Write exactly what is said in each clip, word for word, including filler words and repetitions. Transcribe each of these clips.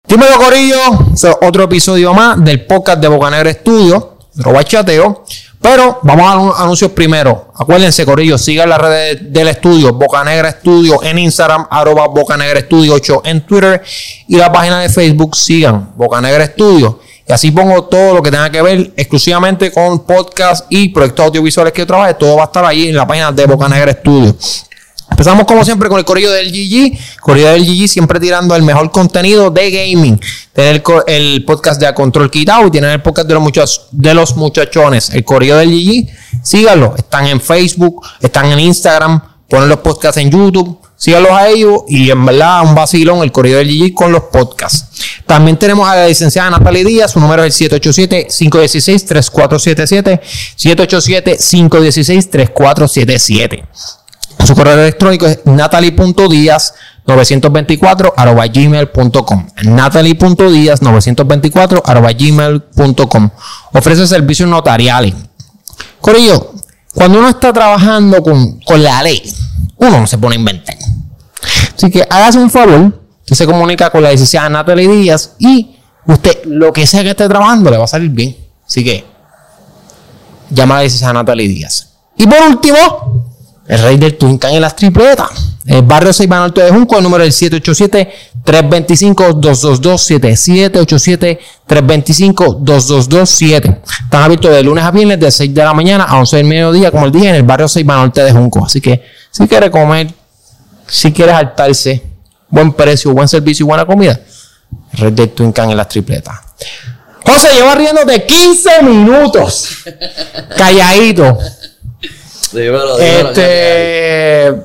Dímelo, corillo. So, otro episodio más del podcast de Bocanegra Studio, Roba Chateo. Pero vamos a los anuncios primero. Acuérdense, corillo, sigan las redes del estudio, Bocanegra Studio en Instagram, arroba Bocanegra Studio ocho en Twitter, y la página de Facebook, sigan Bocanegra Studio. Y así pongo todo lo que tenga que ver exclusivamente con podcast y proyectos audiovisuales que yo trabaje. Todo va a estar ahí en la página de Bocanegra Studio. Empezamos como siempre con el corillo del G G. Corillo del G G siempre tirando el mejor contenido de gaming. Tener el, el podcast de A Control Quitado y tienen el podcast de los, muchachos, de los muchachones. El corillo del G G, síganlo. Están en Facebook, están en Instagram, ponen los podcasts en YouTube. Síganlos a ellos y en verdad un vacilón el corillo del G G con los podcasts. También tenemos a la licenciada Natalie Díaz. Su número es el siete ocho siete, cinco uno seis, tres cuatro siete siete. siete ocho siete, cinco uno seis, tres cuatro siete siete. Su correo electrónico es natalie punto diaz novecientos veinticuatro arroba gmail punto com. natalie punto diaz novecientos veinticuatro arroba gmail punto com. Ofrece servicios notariales. Corillo, cuando uno está trabajando con, con la ley, uno no se pone a inventar. Así que hágase un favor, usted se comunica con la licenciada Natalie Díaz y usted, lo que sea que esté trabajando, le va a salir bien. Así que llama a la licenciada Natalie Díaz. Y por último, el rey del Twincan en las tripletas. El barrio Ceiba Norte de Junco, el número es el siete ocho siete, tres dos cinco, dos dos dos siete. siete ocho siete, tres dos cinco, dos dos dos siete. Están abiertos de lunes a viernes de seis de la mañana a once del mediodía, como el día, en el barrio Ceiba Norte de Junco. Así que si quiere comer, si quiere saltarse, buen precio, buen servicio y buena comida, el rey del Twincan en las tripletas. José, lleva riéndote quince minutos. Calladito. Dímelo, dímelo. Este.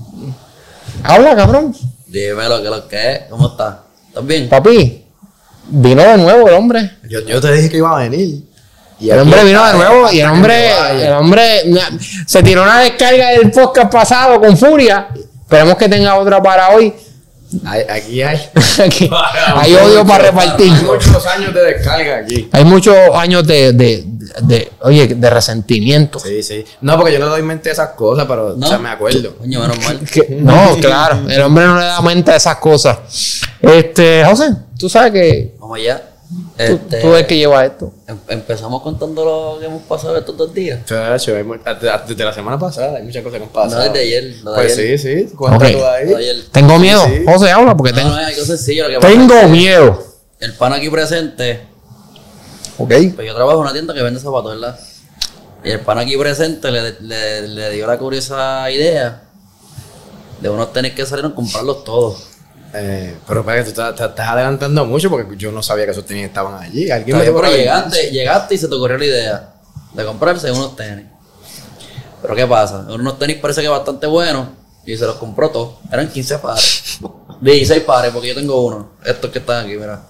Habla, cabrón. Dímelo, que lo que es. ¿Cómo estás? ¿Estás bien? Papi, vino de nuevo el hombre. Yo, yo te dije que iba a venir. Y el hombre vino de nuevo y el hombre, el hombre se tiró una descarga del podcast pasado con furia. Esperemos que tenga otra para hoy. Hay, aquí hay. Aquí hay odio para repartir. Hay muchos años de descarga aquí. Hay muchos años de, de, de, de oye, de resentimiento. Sí, sí. No, porque yo no le doy mente a esas cosas, pero ¿No? o sea, me acuerdo. Coño, menos mal. Que, no, claro. El hombre no le da mente a esas cosas. Este, José, tú sabes que Vamos allá. tú, Este, tú eres el que lleva esto. em- empezamos contando lo que hemos pasado estos dos días. Chacho, hay mu- desde desde la semana pasada hay muchas cosas que han pasado. No, desde ayer. Lo de Pues ayer. sí, sí. Cuéntalo Ok. ahí. Lo de ayer. Tengo miedo. sí. José, habla porque No, tengo, no, es algo sencillo. Lo que pasa tengo es que miedo. El pan aquí presente, Ok. pues yo trabajo en una tienda que vende zapatos, ¿verdad? Y el pan aquí presente le, le, le dio la curiosa idea de uno tener que salir a comprarlos todos. Eh, pero espera que tú estás, te estás adelantando mucho porque yo no sabía que esos tenis estaban allí. Alguien me Pero dijo por ahí. llegaste, llegaste y se te ocurrió la idea de comprarse unos tenis. Pero ¿qué pasa? Unos tenis parece que bastante buenos y se los compró todos. Eran quince pares. dieciséis pares porque yo tengo uno. Estos que están aquí, mira.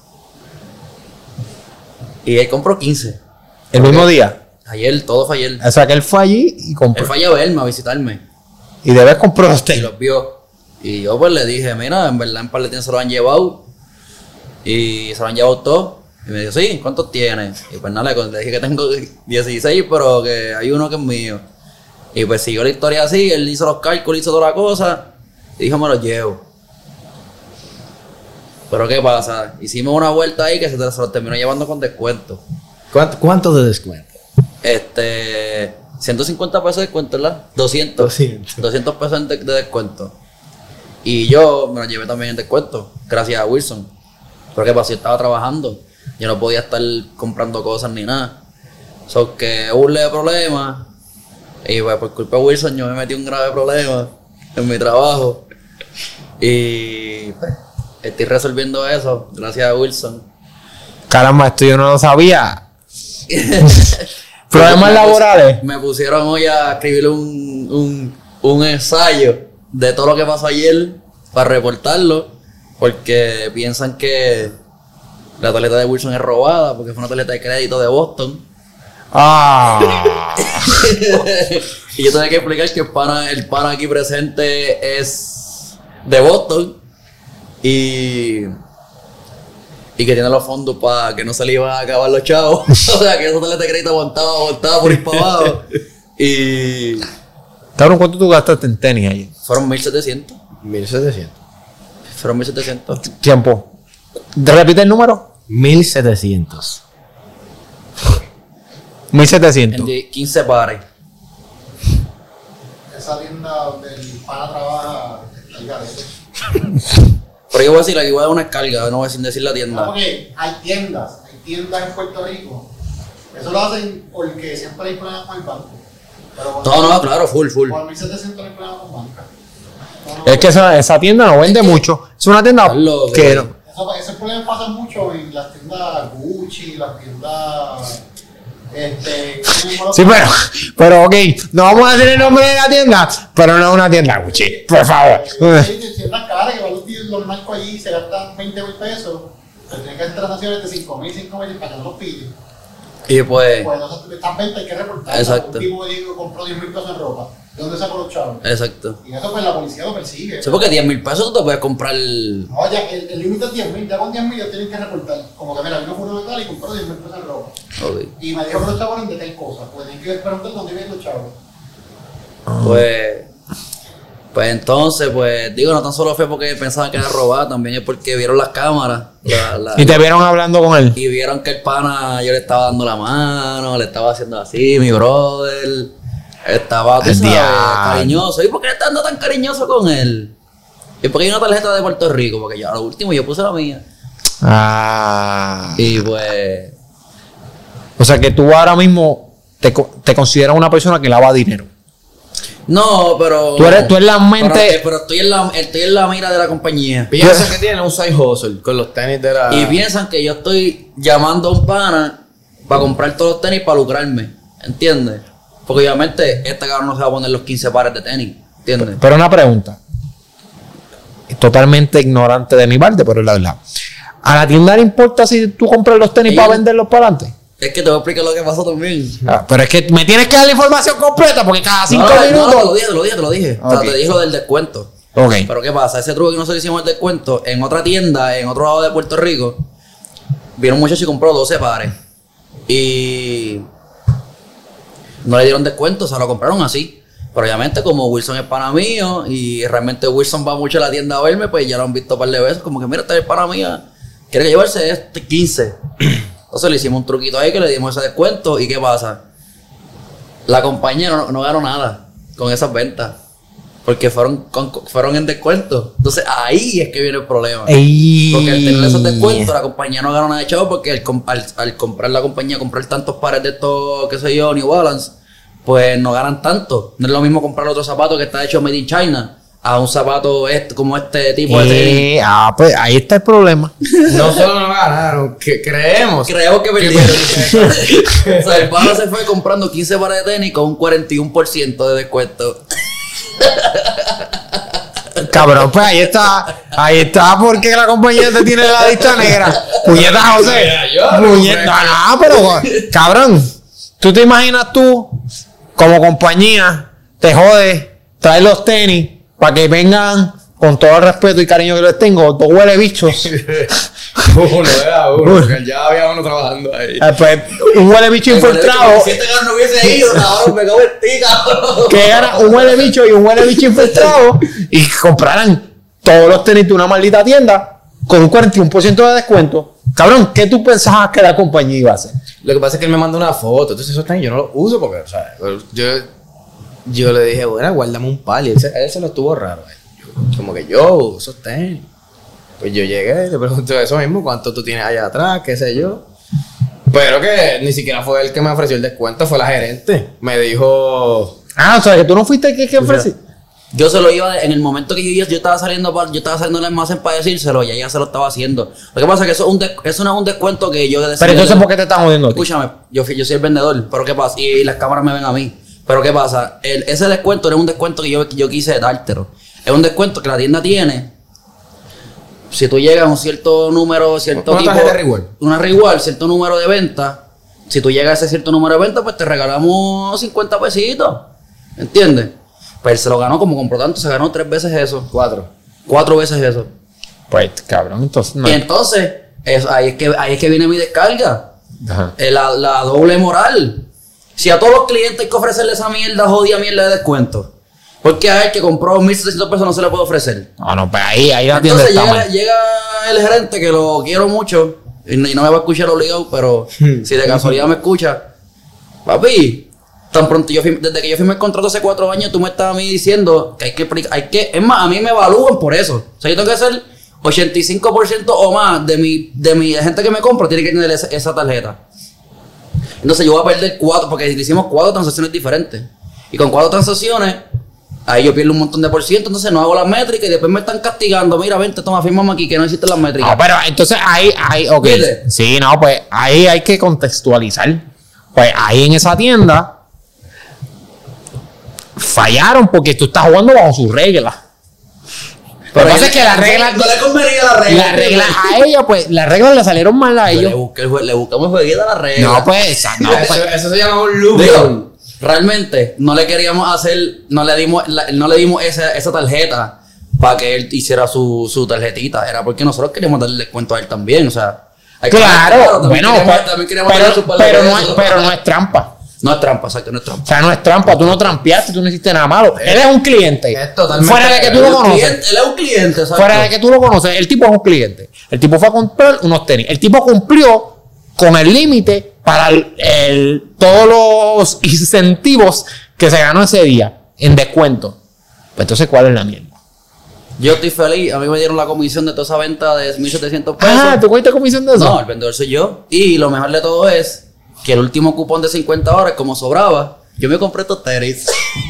Y él compró quince. El mismo día. Ayer, todo fue ayer. O sea, que él fue allí y Él compró. fue a verme, a visitarme. Y debes comprar los Y tenis. los vio. Y yo pues le dije, mira, en verdad en par de tiendas se lo han llevado. Y se lo han llevado todos. Y me dijo, sí, ¿cuántos tienes? Y pues nada, le le dije que tengo dieciséis, pero que hay uno que es mío. Y pues siguió la historia así, él hizo los cálculos, hizo toda la cosa. Y dijo, me los llevo. Pero ¿qué pasa? Hicimos una vuelta ahí que se, se los terminó llevando con descuento. ¿Cuánto, ¿Cuánto de descuento? Este, ciento cincuenta pesos de descuento, ¿verdad? doscientos. doscientos. doscientos pesos de, de descuento. Y yo me lo llevé también en descuento, gracias a Wilson. Pero ¿qué pasa? Yo estaba trabajando. Yo no podía estar comprando cosas ni nada. So que hubo un leve problema. Y pues por culpa de Wilson yo me metí un grave problema en mi trabajo. Y pues, estoy resolviendo eso, gracias a Wilson. Caramba, esto yo no lo sabía. Problemas Me pus- laborales. Me pusieron hoy a escribir un, un, un ensayo de todo lo que pasó ayer para reportarlo, porque piensan que la tarjeta de Wilson es robada, porque fue una tarjeta de crédito de Boston. Ah. Y yo tengo que explicar que el pana, el pana aquí presente es de Boston y, y que tiene los fondos para que no se le iban a acabar los chavos. O sea, que esa tarjeta de crédito aguantaba, aguantaba por ir para abajo. Y Cabrón, ¿cuánto tú gastaste en tenis ahí? fueron mil setecientos. mil setecientos. Fueron mil setecientos. Tiempo. Repite el número. mil setecientos. mil setecientos. En de quince pares. Esa tienda donde el pana trabaja está el garete. Pero yo voy a decir, aquí voy a dar una descarga, no voy a sin decir la No, tienda. porque hay tiendas, hay tiendas en Puerto Rico. Eso lo hacen porque siempre hay problemas con el banco. Pero No, no, claro, full, full. Por mil setecientos no hay problemas con banca. No, no, Es que esa, esa tienda no vende mucho. Es una tienda Estás loco, que güey. no. Eso, ese problema pasa mucho en las tiendas Gucci, las tiendas. Este. Sí, pero, pero ok, no vamos a decir el nombre de la tienda, pero no es una tienda Gucci, por favor. Sí, tiendas caras que van los tíos, los narcos allí se gastan veinte mil pesos. Pero tienen que hacer transacciones de cinco mil, cinco mil para que no los pillen. Y pues, Pues entonces estas ventas hay que reportar. Exacto. Un tipo digo, compró diez mil pesos en ropa. ¿De dónde sacó los chavos? exacto. Y eso pues la policía lo persigue. Sí, porque diez mil pesos tú te puedes comprar. No, ya el el límite es diez mil, ya con diez mil ya tienen que reportar. Como que mira, vino fulano tal y compró diez mil pesos en ropa. Ok. Y me dijo que los chavos eran de tal cosa. Pues tienen que preguntar dónde vienen los chavos. Pues, pues entonces, pues digo, no tan solo fue porque pensaban que era robada, también es porque vieron las cámaras la- la- Y te vieron hablando con él. y vieron que el pana, yo le estaba dando la mano, le estaba haciendo así, mi brother. Estaba, tú El sabes, diablo. cariñoso. ¿Y por qué le estás dando tan cariñoso con él? ¿Y por qué hay una tarjeta de Puerto Rico? Porque yo a lo último yo puse la mía. Ah. Y pues, O sea que tú ahora mismo te, co- te consideras una persona que lava dinero. no, pero. Tú eres- tú en la mente- Pero, pero estoy, en la, estoy en la mira de la compañía. Piensa que tiene un side hustle con los tenis de la. Y piensan que yo estoy llamando a un pana para comprar todos los tenis para lucrarme. ¿Entiendes? Porque obviamente este cabrón no se va a poner los quince pares de tenis. ¿Entiendes? Pero una pregunta. Totalmente ignorante de mi parte, pero es la verdad. ¿A la tienda le importa si tú compras los tenis Ellos- para venderlos para adelante? Es que te voy a explicar lo que pasó también. Ah, pero es que me tienes que dar la información completa porque cada cinco no, no, minutos. No, te lo dije, te lo dije, te lo dije. O sea, Ok. te dije lo del descuento. Ok. Pero ¿qué pasa? Ese truco que nosotros hicimos el descuento en otra tienda, en otro lado de Puerto Rico, vieron un muchacho y compró doce pares. Y no le dieron descuento, se lo compraron así. Pero obviamente como Wilson es pana mío y realmente Wilson va mucho a la tienda a verme, pues ya lo han visto un par de veces. Como que mira, este es el pana mío, quiere llevarse este quince. Entonces le hicimos un truquito ahí que le dimos ese descuento. ¿Y qué pasa? La compañía no, no ganó nada con esas ventas. Porque fueron, con- fueron en descuento. Entonces ahí es que viene el problema. Ey. Porque al tener esos descuentos, la compañía no ganó nada de chavo porque al, com- al, al comprar la compañía, comprar tantos pares de estos, qué sé yo, New Balance, pues no ganan tanto. No es lo mismo comprar otro zapato que está hecho made in China a un zapato este, como este tipo de tenis. Eh, ah, pues ahí está el problema. No solo no ganaron, que creemos. Creemos que perdieron. O sea, el pana se fue comprando quince pares de tenis con un cuarenta y uno por ciento de descuento. Cabrón, pues ahí está. Ahí está porque la compañía te tiene la lista negra. Puñeta, José. Yo, Puñeta, no, pero cabrón. ¿Tú te imaginas tú, como compañía, te jodes, traes los tenis para que vengan con todo el respeto y cariño que les tengo, dos huele bichos? Uno, era uno, porque ya había uno trabajando ahí. Eh, pues, un huele bicho infiltrado. Si este cabrón no hubiese ido, cabrón, me cago en ti, cabrón. Que era un huele bicho y un huele bicho infiltrado y compraran todos los tenis de una maldita tienda con un cuarenta y uno por ciento de descuento. Cabrón, ¿qué tú pensabas que la compañía iba a hacer? Lo que pasa es que él me mandó una foto, entonces esos tenis yo no los uso porque, o sea, yo, yo le dije, bueno, guárdame un par y él se, él se lo estuvo raro. Yo, como que yo uso esos tenis. Pues yo llegué y le pregunté eso mismo, ¿cuánto tú tienes allá atrás? ¿Qué sé yo? Pero que ni siquiera fue él que me ofreció el descuento, fue la gerente. Me dijo... Ah, o sea, que tú no fuiste el que, que ofrecí. Yo se lo iba, en el momento que yo, yo estaba saliendo para, yo estaba saliendo del almacén para decírselo, y ella se lo estaba haciendo. Lo que pasa es que eso, es un des- eso no es un descuento que yo decidí. Pero entonces, ¿por qué te están jodiendo a ti? Escúchame, yo, fui- yo soy el vendedor, pero ¿qué pasa? Y, y las cámaras me ven a mí. Pero ¿qué pasa? El- ese descuento no es un descuento que yo, yo quise dártelo. Es un descuento que la tienda tiene. Si tú llegas a un cierto número, cierto Una tipo... tarjeta reward. Una reward, cierto número de venta. Si tú llegas a ese cierto número de venta, pues te regalamos cincuenta pesitos. ¿Entiendes? Pues él se lo ganó, como compró tanto, se ganó tres veces eso. Cuatro. Cuatro veces eso. Pues, cabrón, entonces no. Y entonces, es- ahí, es que, ahí es que viene mi descarga. Ajá. Eh, la, la doble moral. Si a todos los clientes hay que ofrecerle esa mierda, jodida mierda de descuento. Porque a él que compró mil setecientos pesos no se le puede ofrecer. No, no, pues ahí, ahí la tienda Entonces está llega, mal. llega el gerente que lo quiero mucho y, y no me va a escuchar obligado, pero si de casualidad me escucha, papi, tan pronto yo firmé- desde que yo firmé el contrato hace cuatro años, tú me estás a mí diciendo que hay que, pri- hay que, es más, a mí me evalúan por eso. O sea, yo tengo que hacer ochenta y cinco por ciento o más de mi, de mi gente que me compra tiene que tener esa, esa tarjeta. Entonces yo voy a perder cuatro, porque hicimos cuatro transacciones diferentes. Y con cuatro transacciones, ahí yo pierdo un montón de por ciento, entonces no hago las métricas y después me están castigando. Mira, vente, toma, fírmame aquí que no hiciste las métricas. No, pero entonces ahí, ahí, ok. ¿Viste? Sí, no, pues ahí hay que contextualizar. Pues ahí en esa tienda fallaron porque tú estás jugando bajo sus reglas. Pero lo que pasa es que las reglas, no le convenía la regla. las reglas a ella, pues las reglas le salieron mal a Le, ellos. busqué el jue- le buscamos jueguito a la regla. No, pues, esa- no, Eso, pues. eso se llama un loop. Digo, realmente no le queríamos hacer, no le dimos, la- no le dimos esa, esa tarjeta para que él hiciera su, su tarjetita. Era porque nosotros queríamos darle descuento a él también. O sea, hay que- Claro, también bueno, queríamos- pues, también queríamos pero, darle su par de pero no pesos. es, pero no es trampa. No es trampa, exacto, no es trampa. O sea, no es trampa, tú no trampeaste, tú no hiciste nada malo. Él es un cliente. Es totalmente- Fuera de que tú Él lo es un conoces. cliente, él es un cliente, exacto. Fuera de que tú lo conoces, el tipo es un cliente. El tipo fue a comprar unos tenis. El tipo cumplió con el límite para el, el- todos los incentivos que se ganó ese día en descuento. Pues entonces, ¿cuál es la mierda? Yo estoy feliz, a mí me dieron la comisión de toda esa venta de mil setecientos pesos. Ah, ¿tú cogiste comisión de eso? No, el vendedor soy yo. Y lo mejor de todo es que el último cupón de cincuenta horas, como sobraba, yo me compré estos tenis.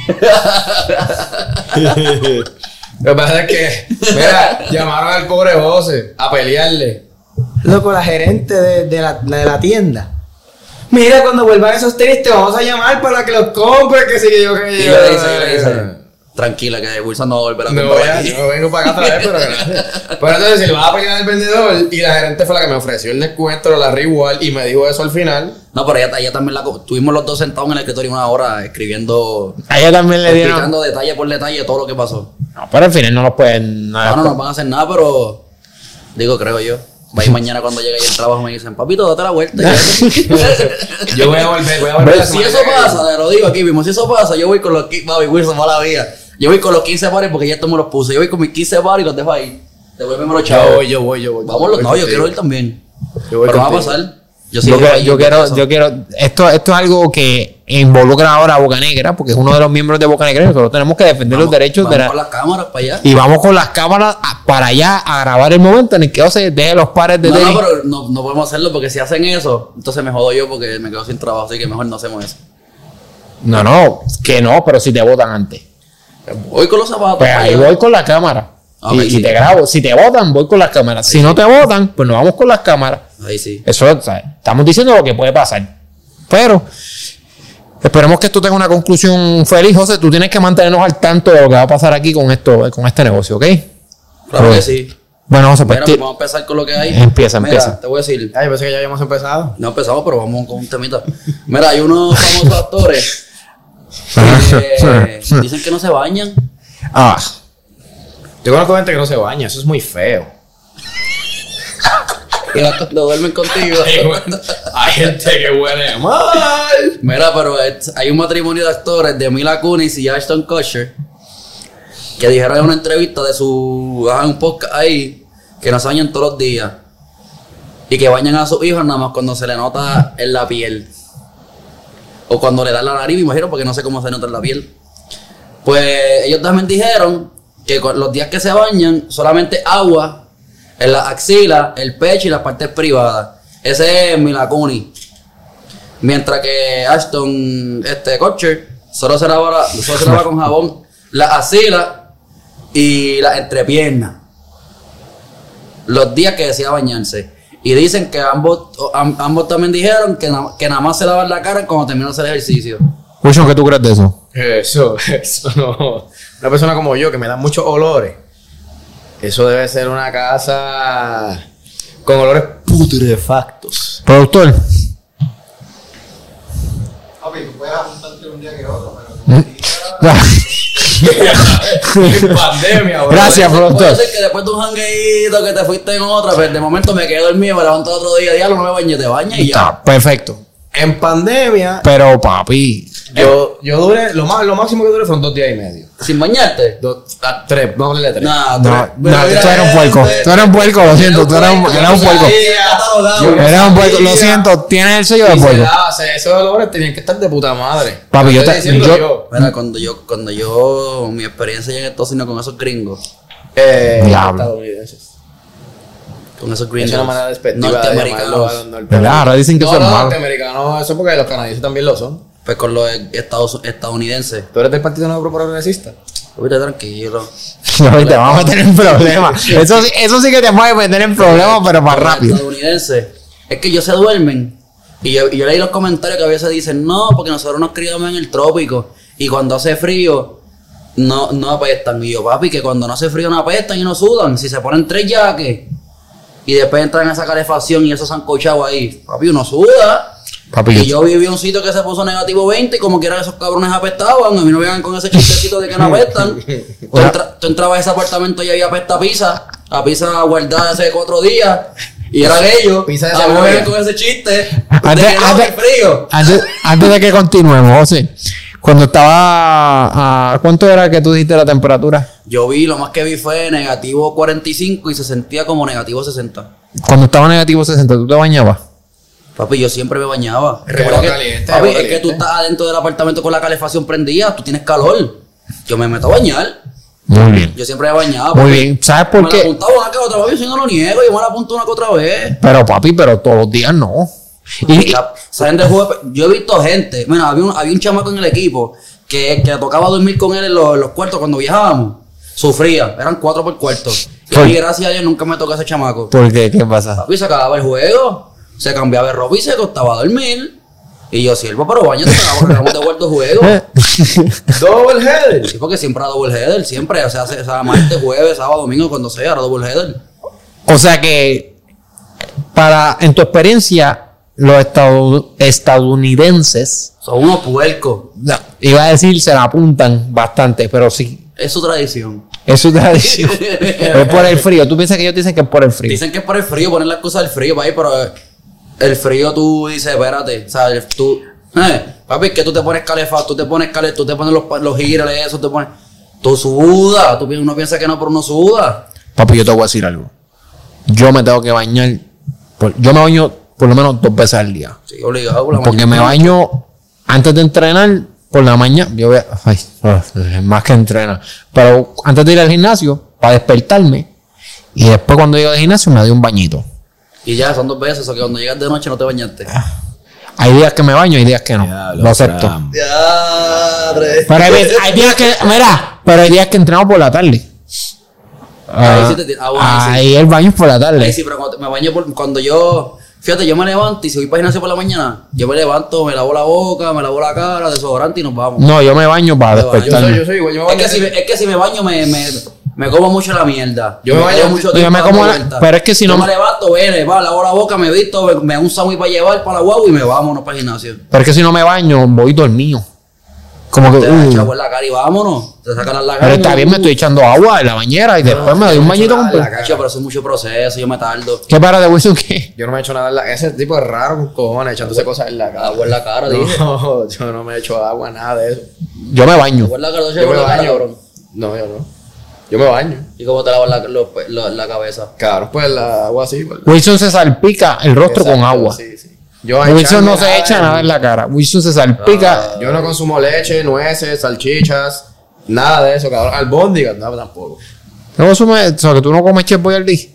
Lo que pasa es que, mira, llamaron al pobre José a pelearle. Loco, la gerente de, de, la, de la tienda. Mira, cuando vuelvan esos tenis te vamos a llamar para que los compres, que sí, que yo, que Y yo. yo le dice, yo le dice, tranquila, que Wilson no va a volver a No, comprar ya, aquí. yo vengo para acá otra vez, pero gracias. Pero entonces, si le vas a pelear al vendedor, y la gerente fue la que me ofreció el descuento, la igual, y me dijo eso al final. No, pero ella, ella también la... co- Tuvimos los dos sentados en el escritorio una hora escribiendo... A ella también le dieron. Explicando detalle por detalle todo lo que pasó. No, pero al final no los pueden. No, no nos van a hacer nada, pero... Digo, creo yo. Va a ir mañana cuando llegue ahí el trabajo me dicen, papito, date la vuelta. Yo voy a volver, voy a volver. Pero la si semana eso que viene. pasa, te lo digo aquí mismo, si eso pasa, yo voy con los quince, Bobby Wilson, mala vida. Yo voy con los quince pares porque ya estos me los puse. Yo voy con mis quince pares y los dejo ahí. Devuélveme los Yo chavos. voy, yo voy, yo voy. Vamos, los- Voy no, yo contigo. quiero ir también. Yo voy Pero va a contigo. pasar. Yo sí Yo, dejo quiero, ahí yo un quiero, peso. yo quiero, esto, esto es algo que involucra ahora a Boca Negra, porque es uno de los miembros de Boca Negra y nosotros tenemos que defender Vamos- los derechos vamos de la, con las cámaras para allá. y vamos con las cámaras a- para allá a grabar el momento en el que José deje los pares de No, tenis. no, pero no, no podemos hacerlo porque si hacen eso, entonces me jodo yo porque me quedo sin trabajo, así que mejor no hacemos eso. No, no, que no, pero si te votan antes. Voy con los zapatos. Pues para ahí allá. voy con la cámara. Ok, y, y sí. te grabo. Si te votan, voy con las cámaras. Si no te votan, pues nos vamos con las cámaras. Ahí sí. Eso, o sea, estamos diciendo lo que puede pasar. Pero esperemos que esto tenga una conclusión feliz, José. Tú tienes que mantenernos al tanto de lo que va a pasar aquí con esto, con este negocio, ¿ok? Claro Pues, que sí. Bueno, José, pues Mira, ti- vamos a empezar con lo que hay. Empieza, Mira, empieza. te voy a decir. Ay, pensé que ya habíamos empezado. No empezamos, pero vamos con un temita. Mira, hay unos famosos actores que dicen que no se bañan. Ah, Yo conozco gente que no se baña, eso es muy feo. Y cuando duermen contigo. Hay gente que huele mal. Mira, pero es- hay un matrimonio de actores de Mila Kunis y Ashton Kutcher que dijeron en una entrevista de su ajá, un podcast ahí que no se bañan todos los días y que bañan a sus hijos nada más cuando se le nota en la piel o cuando le dan la nariz, me imagino, porque no sé cómo se nota en la piel. Pues ellos también dijeron que cu- los días que se bañan solamente agua en la axila, el pecho y las partes privadas. Ese es Mila Kunis. Mientras que Ashton este, Kutcher solo se lava, la- solo se lava con jabón la axila y la entrepierna. Los días que decía bañarse. Y dicen que ambos, am- ambos también dijeron que, na- que nada más se lavan la cara cuando terminan de hacer ejercicio. Wilson, ¿qué tú crees de eso? Eso, eso no. Una persona como yo que me da muchos olores. Eso debe ser una casa con olores putrefactos. Productor. Papi, tú puedes apuntarte un día que otro, pero En pandemia, bro. Gracias, Puede productor. ser que después de un jangueito que te fuiste en otra, pero de momento me quedé dormido, me levanto otro día, diablo, no me bañé, te bañas y ya. Está perfecto. En pandemia, Pero, papi, Yo, yo duré, lo, más, lo máximo que duré fueron dos días y medio. ¿Sin bañarte? Dos, ah, tres, vamos a ponerle tres. Nah, No, tú- no, pero tú mira, eres un puerco. este- Tú eres un puerco, lo siento. Tú eres un, eres un puerco. Sí, catalogado. Yo- Eres un puerco, lo sabía. siento. Tienes el sello de Y se puerco. daba, se- esos olores tenían que estar de puta madre. Papi, yo Estoy te- diciendo yo- Mira, cuando yo, cuando yo, mi experiencia en Estados Unidos con esos gringos, Eh, Diablo. estadounidenses. con esos Es gringos una manera despectiva de llamarlo a norteamericanos, los norteamericanos. ¿Verdad? Ahora dicen que No, son no, malos. norteamericanos, eso porque los canadienses también lo son. pues con los estados, estadounidenses. ¿Tú eres del Partido Nuevo Progresista? Ahorita tranquilo. No, te vamos a meter en problemas. Eso, sí- eso sí que te puede meter en problemas, pero más Con los rápido. estadounidenses. Es que ellos se duermen. Y yo, y yo leí los comentarios que a veces dicen, no, porque nosotros nos criamos en el trópico. Y cuando hace frío, no, no apestan. Y yo, papi, que cuando no hace frío no apestan y no sudan. Si se ponen tres jaques y después entran a esa calefacción y eso sancochado ahí, papi, uno suda. Papi, Y yo viví en un sitio que se puso negativo veinte y como quiera esos cabrones apestaban. A mí no vengan con ese chistecito de que no apestan. Tú, entra- tú entrabas a ese apartamento y había apesta a pizza. A pizza guardada hace cuatro días. Y eran ellos. Pizza de a mí no cebolla. vengan con ese chiste. De Antes- que no, antes- que frío. Antes, antes de que continuemos, José, cuando estaba a ¿cuánto era que tú dijiste la temperatura? Yo vi, lo más que vi fue negativo cuarenta y cinco y se sentía como negativo sesenta. Cuando estaba negativo sesenta, ¿tú te bañabas? Papi, yo siempre me bañaba. Es que Pero agua que- caliente, papi, agua es que caliente. tú estás adentro del apartamento con la calefacción prendida, tú tienes calor. Yo me meto a bañar. Muy bien. Yo siempre me bañaba. Muy papi. bien. ¿Sabes por Me la qué? apuntaba una que otra vez, yo no lo niego, yo me la apunto una que otra vez. Pero papi, pero todos los días no. Y, La- salen del juego, yo he visto gente, mira, había un, había un chamaco en el equipo que, que le tocaba dormir con él en los, en los cuartos cuando viajábamos. Sufría, eran cuatro por cuarto. Y a mí, gracias a Dios, nunca me tocó ese chamaco. ¿por qué? ¿Qué pasa? Papi, se acababa el juego, se cambiaba de ropa y se acostaba a dormir. Y yo, siervo, pero bañate, que acabamos de vuelto el juego. Double header. Sí, porque siempre era double header, siempre. O sea, se- o sea, martes, jueves, sábado, domingo, cuando sea, era double header. O sea que, para, en tu experiencia, los estadu- estadounidenses, Son unos puercos. no, iba a decir, se la apuntan bastante, pero sí, Es su tradición. es su tradición. Es por el frío. ¿Tú piensas que ellos dicen que es por el frío? Dicen que es por el frío, poner las cosas del frío, papi, pero eh, el frío tú dices, espérate, o sea, el- tú, eh, papi, es que tú te pones calefacción, tú te pones cale, tú te pones los, pa- los gireles, eso, te pones, tú sudas, tú, pi- uno piensa que no, pero uno suda. Papi, yo te voy a decir algo. Yo me tengo que bañar. por- yo me baño por lo menos dos veces al día. Sí, obligado por la Porque me mañana. baño antes de entrenar por la mañana. Yo voy a, ay, ah, es más que entrenar. Pero antes de ir al gimnasio, para despertarme. Y después cuando llego al gimnasio me doy un bañito. Y ya, son dos veces, o que cuando llegas de noche no te bañaste. Hay días que me baño y hay días que no. Diablo, lo acepto. Fran. Ya, Pero hay, ve- hay días que, mira, pero hay días que entreno por la tarde. Ahí Ah, sí te tiene- ah, bueno, ahí sí. ahí el baño es por la tarde. Ay, sí, pero cuando me baño por, cuando yo, fíjate, yo me levanto y si voy para el gimnasio por la mañana, yo me levanto, me lavo la boca, me lavo la cara, desodorante y nos vamos. No, yo me baño para Me baño. Yo despertarme. soy, yo soy igual. Yo me Es que, baño- si me, es que si me baño me, me, me como mucho la mierda. Yo me baño- quedo mucho yo tiempo me dando como la- vueltas. pero es que si Yo no- me levanto, viene, va, lavo la boca, me visto, me, me da un sándwich para llevar para la guagua y me vámonos para el gimnasio. Pero es que si no me baño, voy dormido. Como que, Te das uh, agua en la cara y vámonos. Te sacan las lágrimas. pero está bien, me estoy echando agua en la bañera y después me doy un bañito nada en la completo. cara. Pero eso es mucho proceso, yo me tardo. ¿Qué para de Wilson qué? Yo no me he hecho nada en la Ese tipo es raro con cojones echándose cosas en la cara. Agua en la cara, dije. No, yo no me he hecho agua, nada de eso. Yo me baño. Agua en la cara, Yo agua me en la cara, baño. cabrón. No, yo no. Yo me baño. ¿Y cómo te lavas la, los pe- lo- la cabeza? Claro, pues la agua así. pues, Wilson se salpica el rostro con exacto, agua. Sí, sí. Yo a Wilson no echarme se echa nada en la cara. Wilson se salpica. Yo no consumo leche, nueces, salchichas, nada de eso, cabrón. Albóndigas, nada tampoco. No consume, o sea, que tú no comes Chef Boyardee.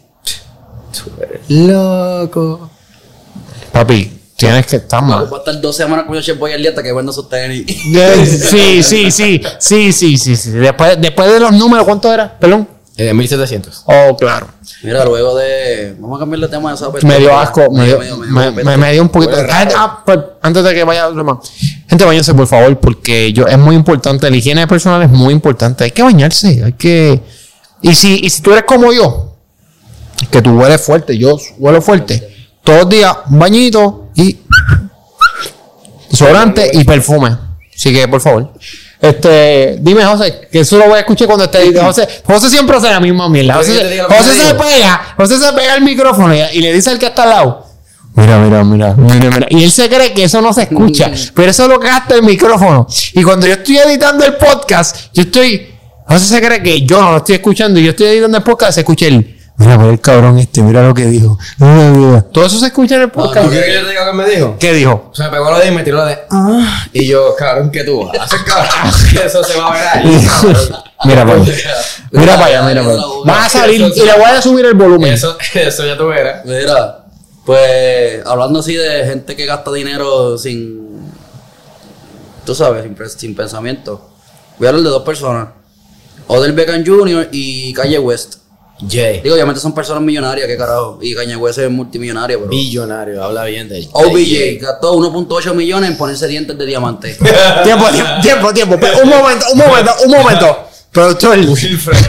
Loco. Papi, tienes que estar mal. Va a estar dos semanas con el Chef Boyardee hasta que venda sus tenis. Eh, Sí, sí, sí, sí, sí, sí, sí. Después, después de los números, ¿cuánto era? Perdón. Eh, mil setecientos. Oh, claro. Mira, luego de. Vamos a cambiar de tema de esa Me dio asco, me dio, medio, medio, me, medio, me- me dio un poquito. Huele Ah, raro. ah, pues, antes de que vaya otro más. Gente, bañense por favor, porque yo es muy importante. La higiene personal es muy importante. Hay que bañarse, hay que. Y si, y si tú eres como yo, que tú hueles fuerte, yo huelo fuerte, todos los días, un bañito y desodorante y perfume. Así que, por favor. Este, dime, José, que eso lo voy a escuchar cuando esté. José, José siempre hace la misma mierda. ¿Quieres José, que te diga lo que José te se digo? pega, José se pega el micrófono y, y le dice al que está al lado. Mira, mira, mira, mira, mira. Y él se cree que eso no se escucha, pero eso lo gasta el micrófono. Y cuando yo estoy editando el podcast, yo estoy... José se cree que yo no lo estoy escuchando y yo estoy editando el podcast, se escucha el... Mira, mira el cabrón este, mira lo que dijo. Mira, mira. Todo eso se escucha en el podcast. ¿Tú quieres que yo te diga qué me dijo? ¿Qué dijo? O sea, me pegó lo de y me tiró lo de... Ah. Y yo, cabrón, ¿qué tú haces, cabrón? Eso se va a ver ahí, cabrón. Mira para allá. Mira para allá, mira para allá. Va a salir y le voy a subir el volumen. Eso, eso ya tú verás. Mira, pues hablando así de gente que gasta dinero sin, tú sabes, sin, sin pensamiento, voy a hablar de dos personas, Odell Beckham junior y Kanye West. Jay. Digo, obviamente son personas millonarias, qué carajo, y Kanye West es multimillonario, pero Billonario, habla bien de él. O B J gastó uno punto ocho millones en ponerse dientes de diamante. Tiempo, tiempo, tiempo, tiempo. Pero un momento, un momento, un momento. Productor. Wilfred.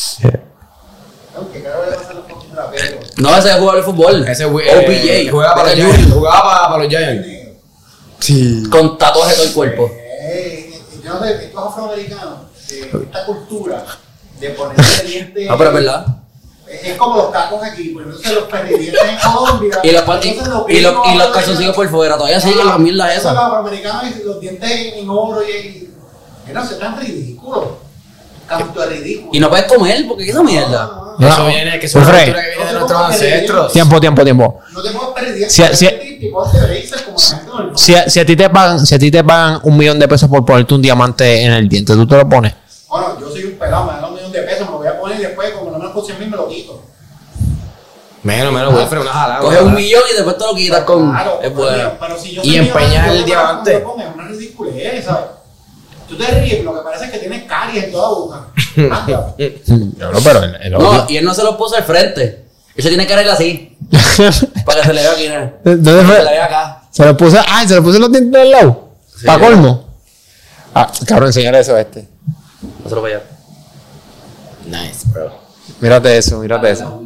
Aunque cada vez va a ser los fucking raperos. No, ese es jugador de fútbol. Ese O güey. B J Jugaba para los Beckham Giants. junior Jugaba para, para los Giants. Sí. con tatuaje todo el cuerpo. Eh, yo no sé, estos afroamericanos, eh, esta cultura de ponerse dientes. No, pero es verdad. Es como los tacos aquí, pues entonces los perdidientes en Colombia. Y los, pan- y, entonces los y los, y los gringos calzoncillos por fuera, todavía Ah, siguen las mierdas entonces esas. Los afroamericanos y los dientes en oro y. y no sé, tan ridículo. Canto es ridículo. Y no puedes comer, porque ¿qué es esa mierda? No, Eso viene, que es una Wilfred. cultura que viene de nuestros ancestros. Tiempo, tiempo, tiempo. No te puedes perder Si- si- y ponte braces como la gente normal. Si, a- si a ti te pagan, si a ti te pagan un millón de pesos por ponerte un diamante en el diente, ¿tú te lo pones? Bueno, yo soy un pelado, me dan un millón de pesos, me lo voy a poner y después, como no me lo puse a mí, me lo quito. Menos, menos, Wilfred, una jalada. Coge un millón y después te lo quitas con. Claro, Es pero- bueno. pero si yo Y soy empeñar millonario, el yo diamante. me lo pongo, Es una ridiculez, ¿sabes? Tú te ríes, lo que parece es que tienes caries en toda boca. Anda. No, pero el, el No, y él no se lo puso al frente. Él se tiene que arreglar así. Para que se le vea aquí, ¿no? ¿Dónde fue? Se le vea acá. Se lo puse, ah, se lo puse los dientes del lado. Sí. ¿Para colmo? Ah, cabrón, enseñar eso a este. No se lo vaya. Nice, bro. Mírate eso, mírate eso.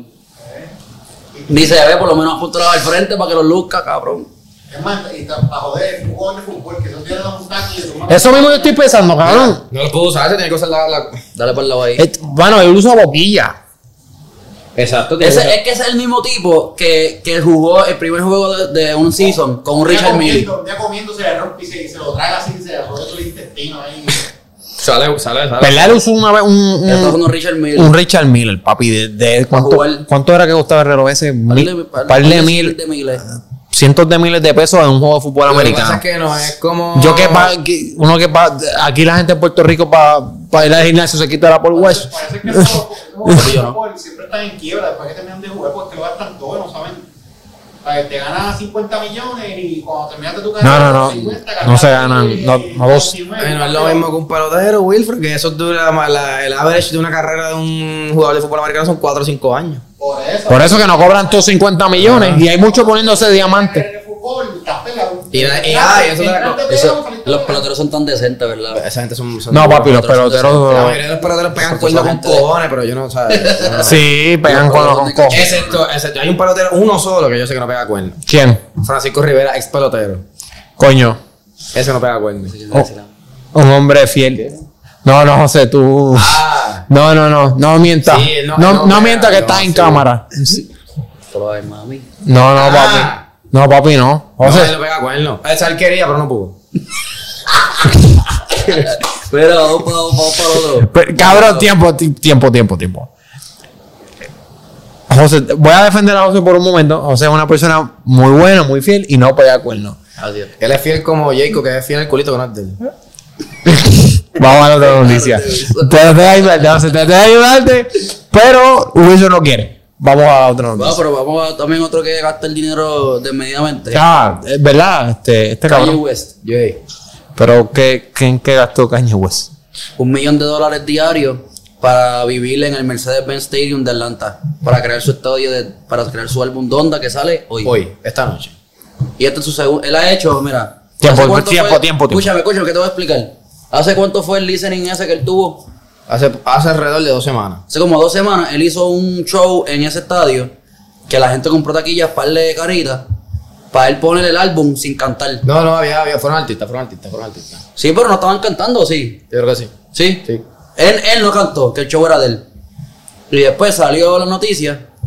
Ni se ve, por lo menos apuntado al frente para que lo luzca, cabrón. Es más, y está para joder, el jugador de fútbol, que no tiene la montaña y toma- Eso mismo yo estoy pensando, cabrón. No lo puedo usar, se tiene que usar la. la... Dale por el lado ahí. Eh, Bueno, yo uso boquilla. Exacto, Ese, es que ese es el mismo tipo que, que jugó el primer juego de, de un season con un Un día Richard Mille. comiendo, Un día comiendo se le rompe y se, se lo traga así, se le jode todo el intestino ahí. Sale, sale, sale. ¿Verdad? Él usó una vez un, Esto es un, un Richard Mille. un Richard Mille, papi. De, de- ¿cuánto, jugar. ¿Cuánto era que costaba el reloj ese? Par Mil- de- par- par de par mil, de miles. cientos de miles de pesos en un juego de fútbol Lo que americano. pasa es que no es como. Yo que, pa, que- uno que pa, aquí la gente en Puerto Rico para pa ir al gimnasio se quita la Apple Watch. Parece que los jugadores de Yo no. fútbol siempre están en quiebra después que terminan de jugar porque lo gastan todo, no saben. O sea, te ganas cincuenta millones y cuando terminas de tu No, carrera. no, no, cincuenta, no se gastaste, ganan, eh, no- no dos. veintinueve, Bueno, es lo mismo que un pelotero, Wilfred, que eso dura más la- el average de una carrera de un jugador de fútbol americano son cuatro o cinco años. Por eso. Por eso que no cobran todos cincuenta millones y hay muchos poniéndose diamante. De fútbol, estás pelado. Y la- y- ah, y eso te la- Entraste Eso- pelado, saliste los pelado. peloteros son tan decentes, ¿verdad? Esa gente son. son No, papi, los La La peloteros. mayoría de los peloteros pegan Son cuernos con gente de- cojones, pero yo no, ¿sabes? Yo no- Sí, pegan con los roncos. Excepto, excepto, hay un pelotero, uno solo que yo sé que no pega cuernos. ¿Quién? Francisco Rivera, ex pelotero. Coño, Ese no pega cuernos. un hombre fiel. No, no, José, tú. Ah, No, no, no, no mienta. Sí, no, no, no, no pero- mienta que no, estás en sí. cámara. Solo a ver, mami. No, no, Ah. papi. No, papi, no. no, José, él no pega cuernos. Esa él quería, pero no pudo. Pero vamos para, vamos para otro. Pero, cabrón, tiempo, ti- tiempo, tiempo, tiempo. José, voy a defender a José por un momento. José es una persona muy buena, muy fiel y no pega cuernos. Adiós. Él es fiel como Jacob, que es fiel al culito que no es de él. Vamos a la otra noticia. Traté de ayudarte, José, traté de ayudarte, pero Wilson no quiere. Vamos a la otra Bueno, noticia. pero vamos a también otro que gasta el dinero desmedidamente. Ah, es verdad, este, este Kanye cabrón. West. Jay. Pero, ¿qué, qué, ¿en qué gastó Kanye West? Un millón de dólares diarios para vivir en el Mercedes-Benz Stadium de Atlanta. Para crear su estadio, de, para crear su álbum Donda que sale hoy. Hoy, esta noche. Y este es su segundo. Él ha hecho, mira. Tiempo, ¿hace cuánto tiempo, fue? tiempo, tiempo. Escúchame, escúchame, que te voy a explicar. ¿Hace cuánto fue el listening ese que él tuvo? Hace, hace alrededor de dos semanas. Hace como dos semanas él hizo un show en ese estadio que la gente compró taquillas para de caritas para él poner el álbum sin cantar. No, no, había, había, fueron artistas, fueron artistas, fueron artistas. Sí, pero no estaban cantando, sí. Yo creo que sí. Sí. Sí. Él, él no cantó, que el show era de él. Y después salió la noticia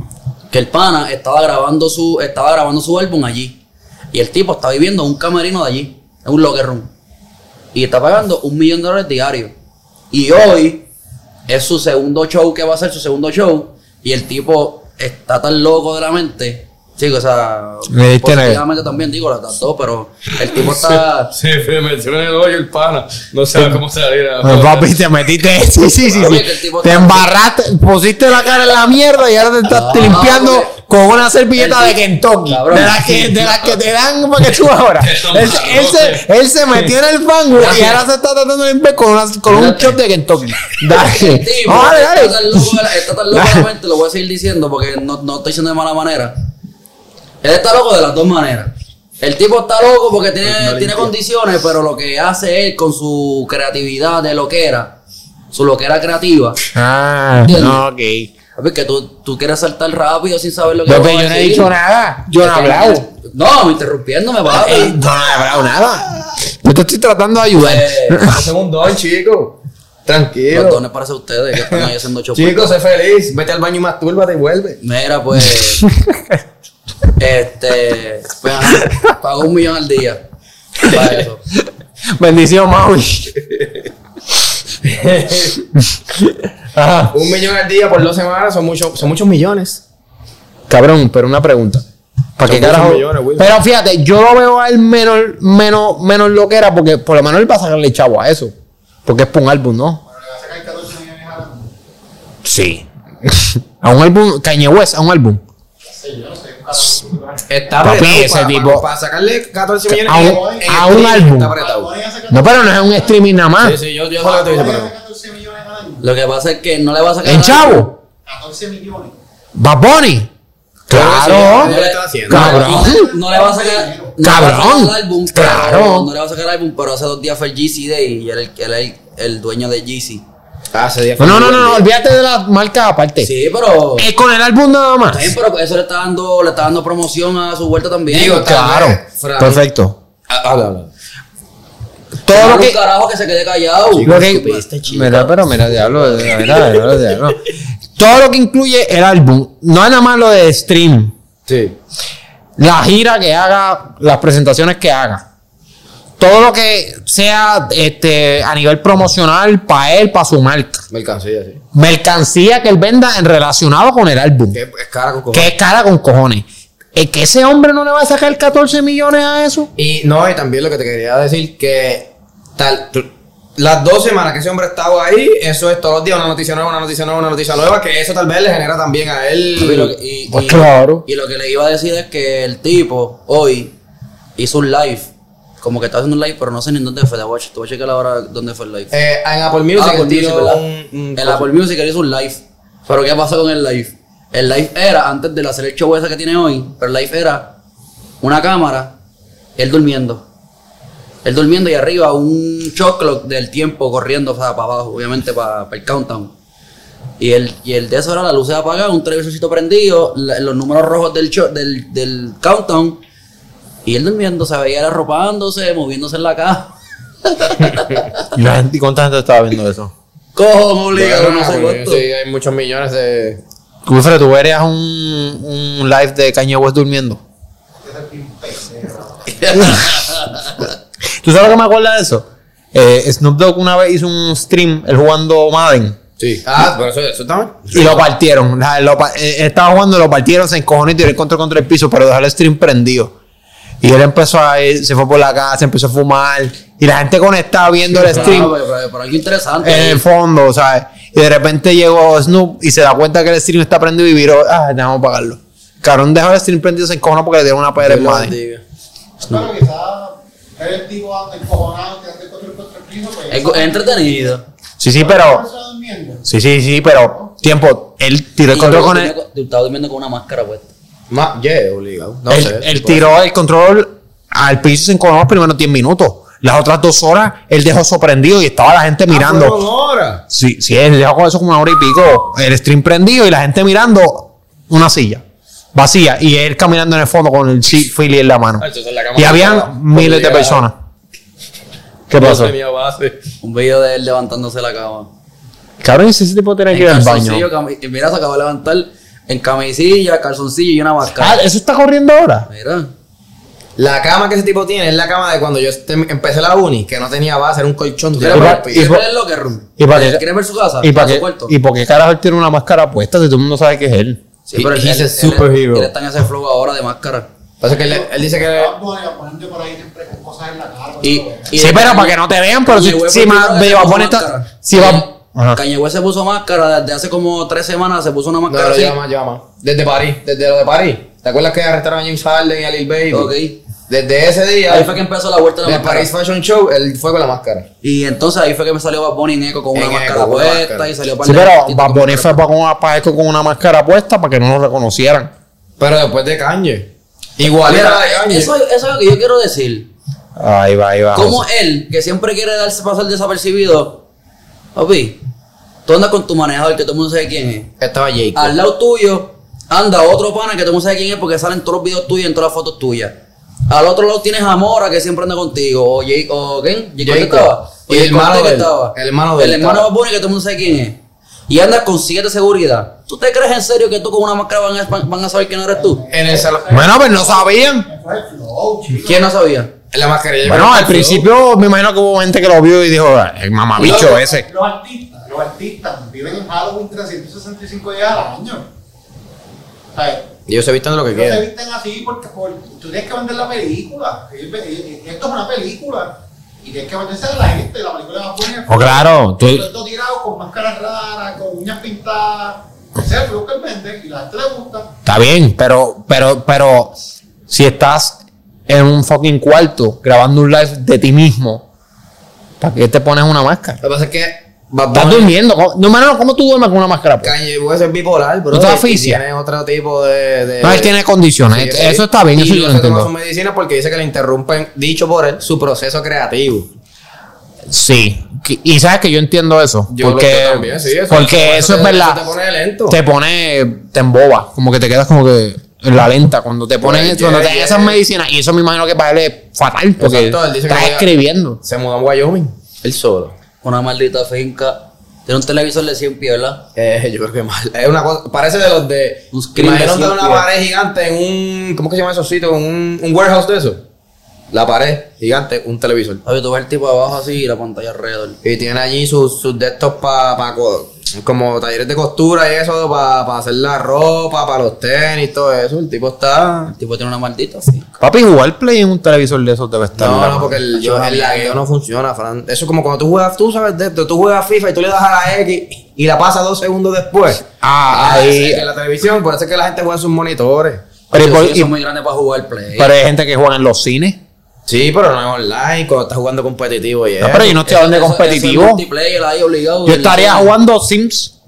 que el pana estaba grabando su, estaba grabando su álbum allí. Y el tipo está viviendo en un camerino de allí, en un locker room. Y está pagando un millón de dólares diarios. Y hoy es su segundo show que va a ser su segundo show. Y el tipo está tan loco de la mente. Sí, o sea, Me diste positivamente también digo las dos, pero el tipo está. Sí, me metió en el hoyo el pana. No sabe cómo salir. A Pues, papi, te metiste. Sí, sí, sí. Papi, sí. que el tipo Te está- embarraste, pusiste la cara en la mierda y ahora te estás No, limpiando porque- con una servilleta El de tipo- Kentucky. Cabrón. De las que, de las que te dan para que tú ahora. Eso Él, malo, él se, él se metió en el fango y ahora se está tratando de limpiar con, una, con un shot de Kentucky. Dale. El tipo No, dale, dale. está tan loco, de la- está tan loco de la mente, lo voy a seguir diciendo porque no, no estoy diciendo de mala manera. Él está loco de las dos maneras. El tipo está loco porque tiene, tiene condiciones, pero lo que hace él con su creatividad de lo que era, su loquera creativa, Ah, ¿Entiendes? no, ok. es que tú, tú quieres saltar rápido sin saber lo que No, vas pero a yo no he decir. dicho nada. Yo no he hablado. No, interrumpiéndome, papi. Eh, no, no he hablado nada. Yo te estoy tratando de ayudar. Eh, Hace un don, chico. Tranquilo. Los dones para ustedes que están ahí haciendo show. Chico, sé feliz. Vete al baño y mastúrbate y vuelve. Mira, pues. este. Pues, ajá, pago un millón al día. Para eso. Bendición, Maui. Ajá. Un millón al día por dos semanas son, muchos son muchos millones. Cabrón, pero una pregunta. ¿Para Son qué carajo? muchos millones, Will. Pero fíjate, yo lo veo a él menos, menos, menos lo que era, porque por lo menos él va a sacarle chavo a eso. Porque es por un álbum, ¿no? Pero le va a sacar catorce millones al año. Sí. A un álbum, Kanye West, a un álbum. Sí, yo no sé, un cabrón. Está Papi, apretado ese para, tipo- para, para sacarle catorce millones A un- en- en a un streaming, álbum. Está apretado. Bad Bunny hace No, pero no es un streaming nada más. Sí, sí, yo, yo sé lo que te dice, Bad Bunny pero. hace catorce millones al año. Lo que pasa es que no le va a sacar. En al álbum. chavo. catorce millones. Bad Bunny. Claro. Sí, No le, está haciendo. Cabrón. no le va a sacar. No le va a Cabrón. sacar el álbum. Claro. Pero, no le va a sacar el álbum, pero hace dos días fue el G C Day y él, él, él, él, el dueño de Yeezy. Ah, ese día No, fue no, un no, buen no, día. olvídate de las marcas aparte. Sí, pero. Es con el álbum nada más. Está bien, pero eso le está dando, le está dando promoción a su vuelta también. Digo, Claro. Fran. Perfecto. Ah, Habla, habla. Todo lo Un que. carajo que se quede callado. Lo que Estupidiste, chico. mira, pero mira, diablo, mira, mira, diablo. Todo lo que incluye el álbum, no es nada más lo de stream, Sí. la gira que haga, las presentaciones que haga. Todo lo que sea este, a nivel promocional para él, para su marca. Mercancía, sí. Mercancía que él venda en relacionado con el álbum. Que es cara con cojones. Que es cara con cojones. Es que ese hombre no le va a sacar catorce millones a eso. Y no, y también lo que te quería decir, que tal, tú- las dos semanas que ese hombre estaba ahí, eso es todos los días una noticia nueva, una noticia nueva, una noticia nueva, que eso tal vez le genera también a Y lo, él. que- y- Pues y- claro. y lo que le iba a decir es que el tipo hoy hizo un live. Como que está haciendo un live, pero no sé ni dónde fue. Te voy a, te voy a checar ahora dónde fue el live. Eh, en Apple Music, Ah, él Apple tiró Music, ¿verdad? un, un- En Apple Music él hizo un live. Pero ¿qué pasó con el live? El live era, antes de hacer el show ese que tiene hoy, pero el live era una cámara, él durmiendo. Él durmiendo y arriba un shot clock del tiempo corriendo, o sea, para abajo, obviamente para, para el countdown. Y el, y el de eso era la luz apagada, un televisorcito prendido, la- los números rojos del, shot, del, del countdown. Y él durmiendo, se veía él arropándose, moviéndose en la cama. ¿Y la gente, cuánta gente estaba viendo eso? Cojo, obligado, no sé Bueno, cuánto. sí, hay muchos millones de. Wilfred, ¿tú verías un, un live de Kanye West durmiendo? ¿Tú sabes lo que me acuerda de eso? Eh, Snoop Dogg una vez hizo un stream, él jugando Madden. Sí. Ah, pero eso, eso está. Y lo partieron. La- lo pa- eh, estaba jugando, lo partieron, se encojonó y tiró el control contra el piso, pero dejó el stream prendido. Y él empezó a ir, se fue por la casa, empezó a fumar. Y la gente conectaba viendo el stream Ah, pero, pero- pero algo interesante. en el fondo, ¿sabes? Y de repente llegó Snoop y se da cuenta que el stream está prendido y viró, ah, vamos a apagarlo. Cabrón dejó el stream prendido, se encojonó porque le dieron una pedra en Madden. Pero quizás ver el tipo encojonado tirando el control contra el piso, pues. Es, es entretenido. Sí, sí, pero. Estaba durmiendo. Sí, sí, sí, pero. Tiempo. Él tiró el Y control luego con él. durmiendo- Estaba durmiendo con una máscara puesta. Más, yeah, obligado. No él, sé. él tipo- tiró el control al piso y se encojonó los primeros diez minutos. Las otras dos horas él dejó sorprendido y estaba la gente Ah, mirando. fueron horas. Sí, sí, él dejó con eso como una hora y pico. El stream prendido y la gente mirando una silla vacía y él caminando en el fondo con el seat Philly en la mano. Ah, eso es la cama Y que habían estaba miles de obligado. personas. ¿Qué No pasó? tenía base. Un video de él levantándose la cama. Cabrón, ese tipo tiene que ir al baño. calzoncillo, cam- y mira, se acaba de levantar. En camisilla, calzoncillo y una máscara. Ah, ¿eso está corriendo ahora? Mira. La cama que ese tipo tiene es la cama de cuando yo tem- empecé la uni, que no tenía base, era un colchón. ¿Tú de quieres pa- ver, y ¿quieres pa- ver el locker room? y pa' qué- ¿Quieres ver su casa? ¿Y para Ah, su qué, cuarto. ¿Y por qué carajo él tiene una máscara puesta si todo el mundo sabe que es él? Sí, pero él, He's él- a él- superhero. él está en ese flow ahora de máscara. Pasa que él, él dice que... Bad Bunny a ponerte por ahí siempre con cosas en la cara. Y, todo. y Sí, de pero Kanye- para que no te vean, pero si, Kanye West si fue el más primero que va a se poner puso esta. máscara. Si va. Ajá. Kanye West se puso máscara desde hace como tres semanas, se puso una No, máscara no, así. lleva más, lleva más. Desde París, desde lo de París. ¿Te acuerdas que arrestaron a James Harden y a Lil Baby? Ok. Desde ese día, Ahí fue que empezó la vuelta de la del máscara. Paris Fashion Show, él fue con la máscara. Y entonces ahí fue que me salió Bad Bunny en Eco con una En máscara Eco, con una puesta máscara. y salió para Sí, pero Bad Bunny fue para, con, para esto con una máscara puesta para que no lo reconocieran. Pero después de Kanye. Igual era de Kanye. Eso, eso es lo que yo quiero decir. Ahí va, ahí va. Como José. él, que siempre quiere darse pasar desapercibido, papi, tú andas con tu manejador que todo el mundo sabe quién es. Estaba Jacob. Al lado tuyo anda otro pana que todo el mundo sabe quién es porque salen todos los videos tuyos y en todas las fotos tuyas. Al otro lado tienes a Mora que siempre anda contigo. O Jake, o ¿quién? Jake, ¿dónde Jacob. estaba? O Y el Jake hermano Cortez que de él. estaba. El hermano de El él hermano de estaba. Bad Bunny que todo el mundo sabe quién es. Y andas con siete seguridad. ¿Tú te crees en serio que tú con una máscara van a, van- van a saber quién eres tú? En el salón. Bueno, pues no sabían. Fue el flow, chico. ¿Quién no sabía? En la mascarilla. Bueno, al principio me imagino que hubo gente que lo vio y dijo, "Ah, el mamabicho Los- ese. Los artistas, los artistas viven en Halloween trescientos sesenta y cinco días al año. O sea, Y ellos se visten de lo que ellos se quieren. visten así porque por- tú tienes que vender la película. Ellos- ellos- Esto es una película. Y tienes que venderse a la gente. La película va a poner. Oh, claro, tú- Todo tirado con máscaras raras, con uñas pintadas. Ese es el flow que él vende y la gente le gusta. Está bien, pero, pero, pero, si estás en un fucking cuarto grabando un live de ti mismo, ¿para qué te pones una máscara? Lo que pasa es que Bad Estás Bunny- durmiendo. ¿Cómo, no, mano, ¿cómo tú duermes con una máscara? Pues? Kanye puede ser bipolar, bro. ¿Tú te y asfixias? Tiene otro tipo de. de- No, él tiene condiciones. Sí, eso sí. está bien, Y eso yo no lo se toma entiendo. su medicina porque dice que le interrumpen, dicho por él, su proceso creativo. Sí. Y sabes que yo entiendo eso. Yo porque lo- yo también, sí, eso- porque eso, te- es verdad. Eso te pone lento. Te pone, te emboba. Como que te quedas como que en la lenta. Cuando te ponen, Pues, cuando yeah, te dan yeah. esas medicinas. Y eso me imagino que para él es fatal. Porque Exacto, él dice que estás voy a- escribiendo. Se mudó a Wyoming. Él solo. Una maldita finca. Tiene un televisor de cien pies, ¿verdad? Eh, yo creo que mal. Es una cosa. Parece de los de. Un screen de Imagínate cien una pies. pared gigante en un. ¿Cómo que se llama esos sitios? Un, un warehouse de eso. La pared gigante, un televisor. Oye, tú ves el tipo abajo así y la pantalla alrededor. Y tiene allí sus, sus desktops para pa, co- como talleres de costura y eso, para hacer la ropa, para los tenis, todo eso. El tipo está. El tipo tiene una maldita finca. Papi, jugar play en un televisor de esos debe estar. No, la no, madre. porque el, yo, Una el mierda. lagueo no funciona, Fran. Eso es como cuando tú juegas, tú sabes de esto, tú juegas FIFA y tú le das a la X y la pasas dos segundos después. Ah, ahí. ahí. En la televisión, por eso es que la gente juega en sus monitores. Pero, y Los por- cines y- son muy grandes para jugar play. pero hay gente que juega en los cines. Sí, pero no es online, cuando estás jugando competitivo y No, eso. pero yo no estoy hablando de Eso- eso es competitivo. multiplayer ahí obligado. Yo estaría jugando Sims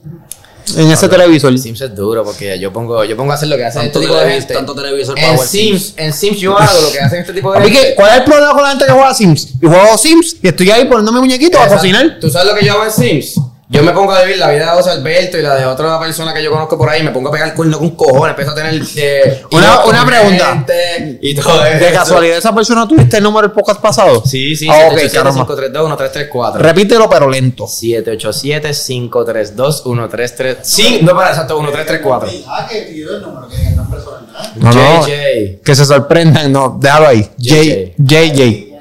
en ese televisor. Sims es duro porque yo pongo, yo pongo a hacer lo que hacen Tanto este tipo de televis- gente. tanto televisor para en jugar Sims, en Sims yo hago lo que hacen este tipo de A mí gente. que, ¿cuál es el problema con la gente que juega Sims? Yo juego Sims y estoy ahí poniéndome muñequitos a Exacto. cocinar. ¿Tú sabes lo que yo hago en Sims? Yo me pongo a vivir la vida de José Alberto y la de otra persona que yo conozco por ahí, me pongo a pegar el cuerno con cojones, empiezo a tener eh, Una- hijos una con pregunta. gente y todo eso. ¿De casualidad esa persona tuviste el número del podcast pasado? Sí, sí, Ah, ok, siete ocho siete, caramba. cinco tres dos, uno tres tres cuatro. Repítelo, pero lento. siete ocho siete, cinco tres dos, uno tres tres. Sí, no para exacto, uno tres tres cuatro. Ah, que pidió el número, que es el nombre personal. No, no. J J. Que se sorprendan. No, déjalo ahí. J J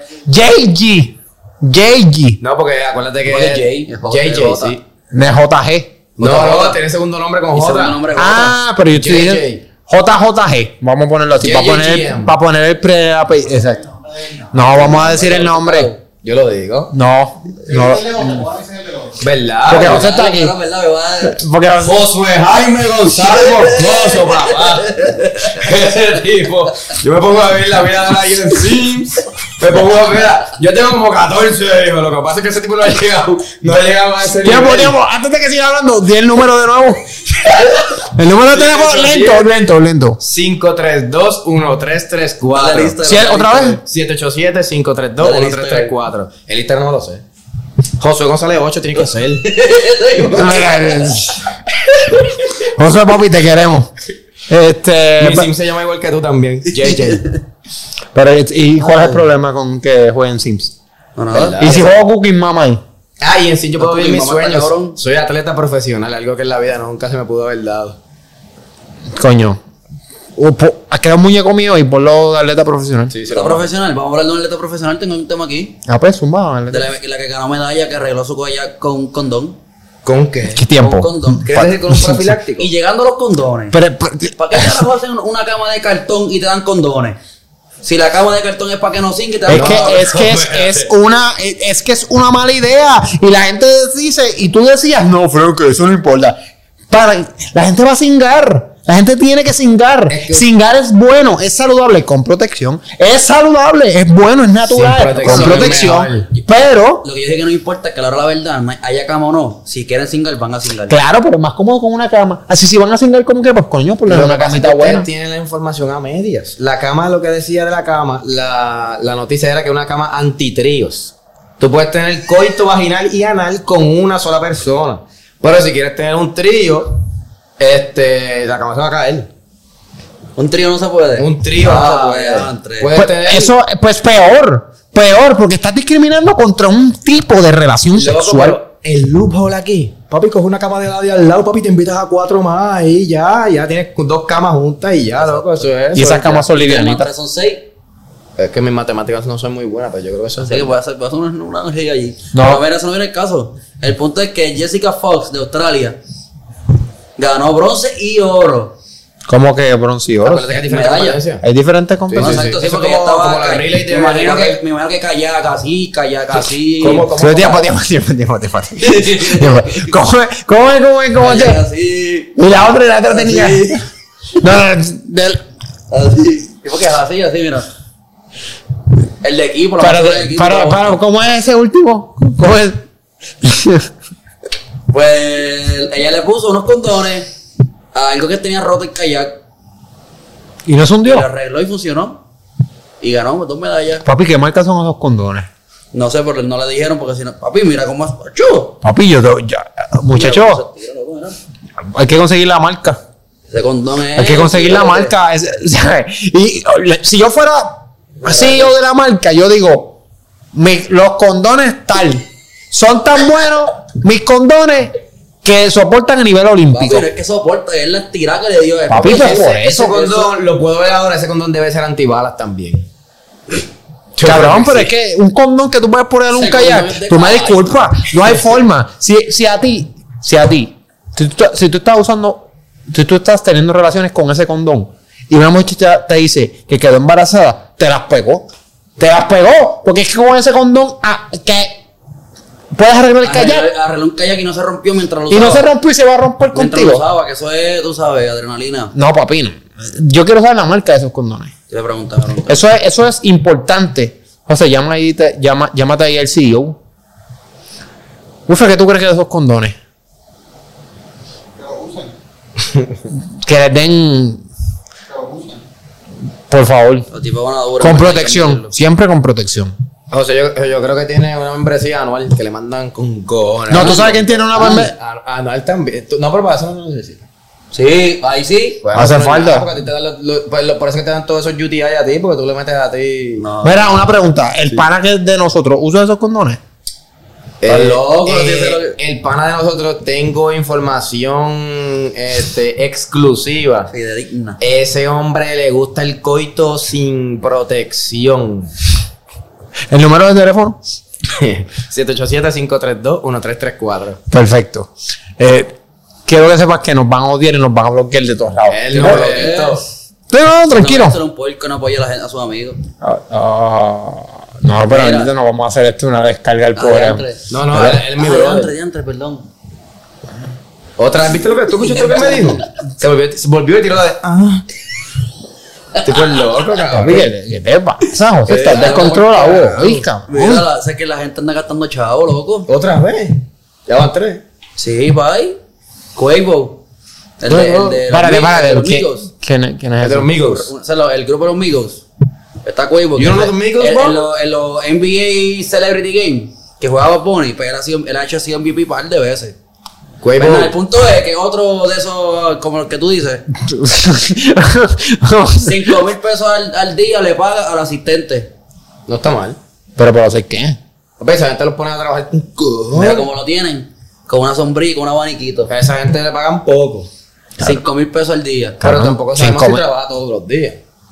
J G. J G. No, porque acuérdate que Porque es Jay, es J, J J, sí. De J G. No, J J. no, tiene segundo nombre con Y segundo J. nombre Ah, pero yo estoy J J. diciendo J J G. Vamos a ponerlo así. Para J J poner, G M. para poner el pre apellido. Exacto. No, vamos a decir el nombre. Yo lo digo. No. No. Ese es el de León, ¿cuál es el de León? ¿Verdad? Porque ¿verdad? José está aquí. Verdad, verdad, verdad. Porque Josué Jaime González Moscoso, papá. Ese tipo. Yo me pongo a ver la vida de alguien en Sims. Me pongo a ver. Yo tengo como catorce hijos. Lo que pasa es que ese tipo no ha llegado. No ha llegado a ese tiempo, nivel. tiempo. Antes de que siga hablando, di el número de nuevo. El número de teléfono, lento, lento, lento. cinco tres dos, uno tres tres Dale cuatro. lista. ¿Sí, ¿Otra vez? siete ocho siete, cinco tres dos, Dale uno lista. tres tres cuatro. El Instagram no lo sé. Josué González ocho tiene que ser. José, papi, te queremos. Este. Mi Sim se llama igual que tú también. J J. Pero, ¿y cuál es el problema con que jueguen Sims? No, nada. ¿Verdad? ¿Y si juego Cooking Mama ahí? Ah, y en sí yo puedo No, vivir mi mis mamá está sueños. cabrón. Soy atleta profesional, algo que en la vida nunca se me pudo haber dado. Coño. O po- ha quedado un muñeco mío y ponlo de atleta profesional. Sí, sí, Atleta lo- profesional, vamos a hablar de un atleta profesional. Tengo un tema aquí. Ah, pues, zumba. De atleta. la, la que ganó medalla, que arregló su collar con un condón. ¿Con qué? ¿Qué tiempo? Con condón. ¿Quieres decir con un profiláctico? Y llegando a los condones. Pero, pero- ¿Para qué carajo hacen una cama de cartón y te dan condones? Si la cama de cartón es para que no sinque y te dan es que, condones. es que es, es una es, es que es una mala idea. Y la gente dice, y tú decías, no, Frank, eso no importa. Para, la gente va a cingar. La gente tiene que cingar. Es que- Cingar es bueno, es saludable, con protección. Es saludable, es bueno, es natural, protección con es protección. mejor. Pero, Lo que yo dije que no importa es que a la hora de la verdad, no hay- haya cama o no. Si quieren singar, van a singar. claro, pero es más cómodo con una cama. Así si van a cingar como que, pues coño, por Pero una lo que pasa es camita que ustedes buena. tienen la información a medias. La cama, lo que decía de la cama, la, la noticia era que una cama antitríos. Tú puedes tener coito vaginal y anal con una sola persona. Pero si quieres tener un trío, este, la cama se va a caer. Un trío no se puede. Un trío Ah, no se puede. ya, entre- Puede Pues, tener- eso, pues peor, peor, porque estás discriminando contra un tipo de relación Loco, sexual. pero el loophole aquí. Papi, coge una cama de la de al lado, papi, te invitas a cuatro más y ya, ya tienes dos camas juntas y ya, loco, eso es. Y eso esas es camas son Tres más livianitas. tres son seis. ya. Es que mis matemáticas no son muy buenas, pero yo creo que eso es. Así que voy a hacer, voy a hacer una, una orgía allí. No. Pero mira, eso no viene el caso. El punto es que Jessica Fox de Australia ganó bronce y oro. ¿Cómo que bronce y oro? Acuérdate que hay diferentes Medalla. competencias. Hay diferentes Sí, No, sí, competencias. exacto, sí. sí, Eso porque como- ella estaba. como la relay de- me, imagino de- que, me imagino que kayak así, kayak así. ¿Cómo, cómo? Pero tiempo, tiempo, tiempo, tiempo, tiempo. Tiempo. ¿Cómo es? ¿Cómo es? ¿Cómo es? ¿Cómo es? Kayak así. Y la otra, y la otra tenía. Así. No, no, del. Así. ¿Por qué es así, así, mira? El de equipo, la Para, mejor del equipo, para, la- para, ¿cómo es ese último? ¿Cómo es? Pues ella le puso unos condones a algo que tenía roto el kayak. Y no es un Y dios. lo arregló y funcionó. Y ganó dos medallas. Papi, ¿qué marca son esos condones? No sé, porque no le dijeron, porque si no. Papi, mira cómo es. ¡Chu! Papi, yo te- ya, muchacho, Mira, loco, mira. hay que conseguir la marca. Ese condón es. Hay que conseguir la fíjate. marca. Es- ¿sabes? Y le- si yo fuera C E O de la marca, yo digo, mi- los condones tal, son tan buenos, mis condones, que soportan a nivel Papi, olímpico. pero es que soporta, es la estirada que le dio. eh. Papi, pero Ese, por ese eso. condón, lo puedo ver ahora, ese condón debe ser antibalas también. Cabrón, pero sí. es que un condón que tú puedes poner en un Ese condón es kayak, de tú me caballo. disculpas, no hay forma. Si, si a ti, si a ti, si tú, si tú estás usando, si tú estás teniendo relaciones con ese condón y una muchacha te dice que quedó embarazada, te las pegó. Te las pegó. Porque es que con ese condón, ah, que puedes arreglar el kayak Arregló, arregló un kayak y no se rompió mientras lo y usaba. no se rompió y se va a romper Mientras lo contigo. usaba, que eso es, tú sabes, adrenalina. No, papi, no. Yo quiero saber la marca de esos condones. Yo le preguntaba, me preguntaba. Eso es, eso es importante. José, llama ahí, te- llama, llámate ahí al C E O. Ufa, ¿qué tú crees que de esos condones? Que lo usen. Que les den, Que lo usen. por favor, Los tipos van a durar. con hay que protección. admitirlo. Siempre con protección. José, yo, yo creo que tiene una membresía anual que le mandan con cojones. No, ¿tú sabes quién tiene una membresía? A- Anual también. Tú- No, pero para eso no lo necesitas. Sí, ahí sí. Pues Hace eso no es falta. nada, porque a ti te dan los- los- pues lo- por eso es que te dan todos esos U T I a ti, porque tú le metes a ti. No. Mira, una pregunta. ¿El pana que es de nosotros usa esos condones? Estás Eh, loco, no eh, tienes que lo que- el pana de nosotros, tengo información este, exclusiva. Fidedigna. Ese hombre le gusta el coito sin protección. ¿El número de teléfono? siete ocho siete, cinco tres dos, uno tres tres cuatro. Perfecto. Eh, quiero que sepas que nos van a odiar y nos van a bloquear de todos lados. Él ¿Qué no es? lo quitó. No, no, tranquilo. No, eso era un puerco, no apoya a, la gente, a sus amigos. Ah, ah, no, pero Mira. ahorita no vamos a hacer esto una descarga del programa. Adiantre. No, no, él, él es mi Ah, brother. diantre, diantre, perdón. Otra vez, ¿viste lo que tú escuchaste lo que me dijo? Se volvió, se volvió y tiró la de. Ah. Tipo es loco, Papi, cabrón. ¿qué, qué te pasa, José? Estás Eh, descontrolado, carajo. oye, cabrón. Mira, la- sé que la gente anda gastando chavo, loco. Otra vez. Ya van tres. Sí, bye. Quavo. El, de, el de los Párate, Migos, párate. de los ¿Quién, Migos. quién es, quién es Es de ese? los Migos. O sea, lo- el grupo de los Migos. Está Quavo. ¿Y uno de los Migos, En bro? los en los N B A Celebrity Game, que jugaba Bunny, pero él ha, sido, él ha hecho así M V P un par de veces. Quavo. Bueno, el punto es que otro de esos, como el que tú dices, cinco mil pesos al, al día le paga al asistente. No está mal. Pero para hacer qué? Papi, esa gente los pone a trabajar con Mira cojones. cómo lo tienen. Con una sombrilla, con un abaniquito. A esa gente le pagan poco. cinco mil pesos al día. Pero Cabrón, tampoco sabemos cinco si mil. trabaja todos los días.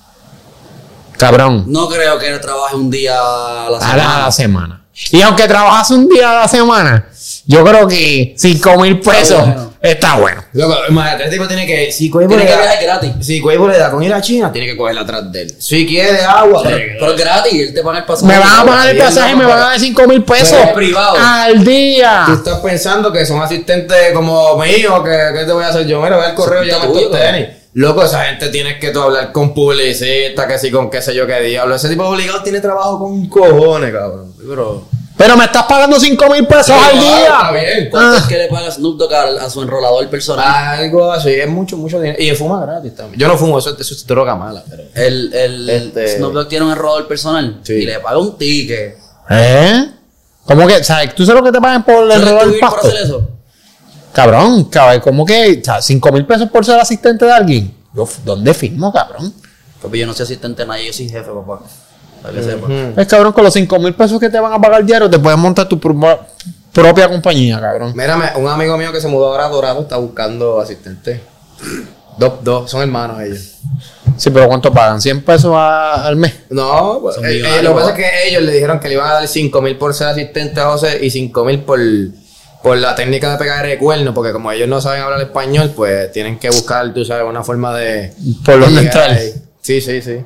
Cabrón. No creo que él trabaje un día a la A semana. la, a la semana. Y aunque trabajas un día a la semana, yo creo que cinco mil pesos bueno. está bueno. Loco, imagínate, este tipo tiene que. Si Cuevo Tiene le que da. viajar gratis. Si Cuevo le da con ir a China, tiene que cogerla atrás de él. Si quiere agua, Pero, tiene que- pero es gratis, él te paga el pasaje. Me van a pagar el bien, pasaje y loco, me van a pero- dar cinco mil pesos pero es privado. al día. Tú estás pensando que son asistentes como míos, que, que te voy a hacer yo. Mira, ve al correo y Son llama estos tuyos. tenis. Loco, esa gente tienes que tú hablar con publicistas, que sí, con qué sé yo qué diablo. Ese tipo de obligado tiene trabajo con cojones, cabrón. Pero, Pero me estás pagando cinco mil pesos al Está día. bien. ¿cuánto Ah. es que le paga Snoop Dogg a, a su enrolador personal? Algo así, es mucho, mucho dinero. Y fuma gratis también. Yo no fumo, eso, eso es droga mala, pero. El, el Este- Snoop Dogg tiene un enrolador personal Sí. y le paga un ticket. ¿Eh? ¿Cómo que? ¿Sabes? ¿Tú sabes lo que te pagan por el ¿Sabes enrolar tú el ir por pasto? hacer eso? Cabrón, cabrón, ¿cómo que? ¿cinco mil pesos por ser asistente de alguien? Yo, ¿dónde firmo, cabrón? Papi, yo no soy asistente de nadie, yo soy jefe, papá. Para que sepa. Ujú. Es cabrón, con los cinco mil pesos que te van a pagar diario, te puedes montar tu pro- propia compañía, cabrón. Mírame, un amigo mío que se mudó ahora a Dorado está buscando asistente. Dos, dos, son hermanos ellos. Sí, pero ¿cuánto pagan? ¿cien pesos a- al mes? No, pues, Son eh, eh, millonarios, lo que pasa es papá. que ellos le dijeron que le iban a dar cinco mil por ser asistente a José y cinco mil por, por la técnica de pegar de cuerno, porque como ellos no saben hablar español, pues tienen que buscar, tú sabes, una forma de... ¿Por dónde de llegar entrar? ahí. Sí, sí, sí.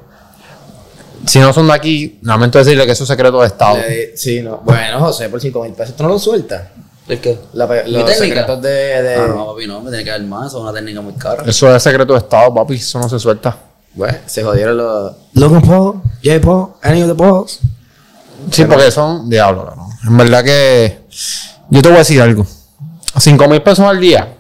Si no son de aquí, lamento decirle que eso es secreto de Estado. Le- sí, no. Bueno, José, por cinco mil pesos, ¿tú no lo sueltas? ¿El qué? La pe- ¿Mi los técnica? secretos de... de- Ah, no, papi, no, me tiene que dar más, eso es una técnica muy cara. Eso es secreto de Estado, papi. Eso no se suelta. Bueno, se jodieron los... Logan Paul, J. Paul, any of the Pauls. Sí, porque son diablos, cabrón. En verdad que. Yo te voy a decir algo. cinco mil pesos al día.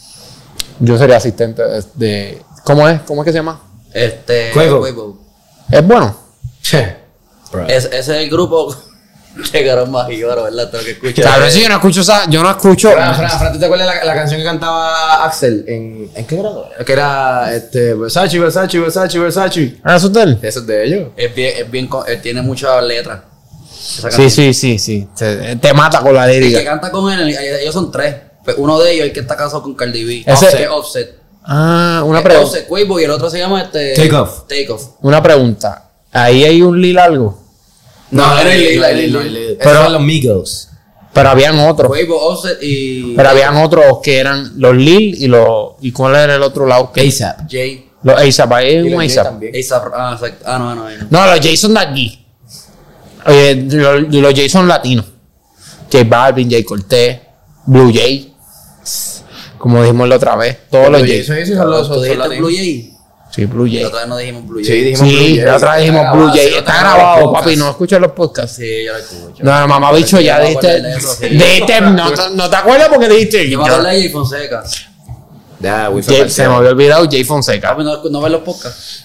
Yo sería asistente de, de- ¿Cómo es? ¿Cómo es que se llama? Este. Quavo. Quavo. Es bueno. Che. Es- ese es el grupo. Llegaron más y ahora, ¿verdad? Tengo que escuchar. Cabrón, si yo no escucho esa. Yo no escucho. Fran, Fran, Fran, ¿tú te acuerdas la, la canción que cantaba Axel? ¿En, ¿en qué grado? Que era este, Versace, Versace, Versace, Versace. ¿Ah, eso es de él? Eso es de ellos. Es bien, es bien, co- él tiene muchas letras. Esa Sí, canción. sí, sí, sí. Te, te mata con la El que lírica. canta con él, ellos son tres. Pues uno de ellos, el que está casado con Cardi B. Ese- Offset. Offset. Ah, una Es pregunta. Offset, Quavo y el otro se llama este. Take Off. Take Off. Una pregunta. Ahí hay un Lil algo. No, era el Lil, Lil, el Lil, Lil. Lil, Lil. Pero- Esos son los Migos. Pero habían otros. Quavo, Offset y. Pero habían otros que eran los Lil y los. ¿Y cuál era el otro lado? Que A$AP. Jay. Los A$AP. Ahí hay Y un los Jay A$AP. también. A$AP. Ah, exacto. Ah, no, no, no. No, los Jason de aquí. Oye, los, los Jason latinos. J Balvin, J Cortez, Blue Jay. Como dijimos la otra vez. Todos los Eso, Jason. eso son los ¿Tú son dijiste latinos. Blue Jay? Sí, Blue Jay. La otra vez no dijimos Blue Jay. Sí, dijimos Blue Sí, Jay. la otra vez dijimos Está Blue grabado, Jay. sí, Está grabado grabado, el papi. podcast. No escuchas los podcasts. Sí, yo la escucho. No, mamá bicho, ya Yo me dijiste. acuerdo de eso, sí. Dijiste, no, te- no te acuerdas porque dijiste. Yo me acuerdo de Jay Fonseca. Ya, Wifi Jay- Parcial. se me había olvidado Jay Fonseca. Papi, ¿no, no ves los podcasts?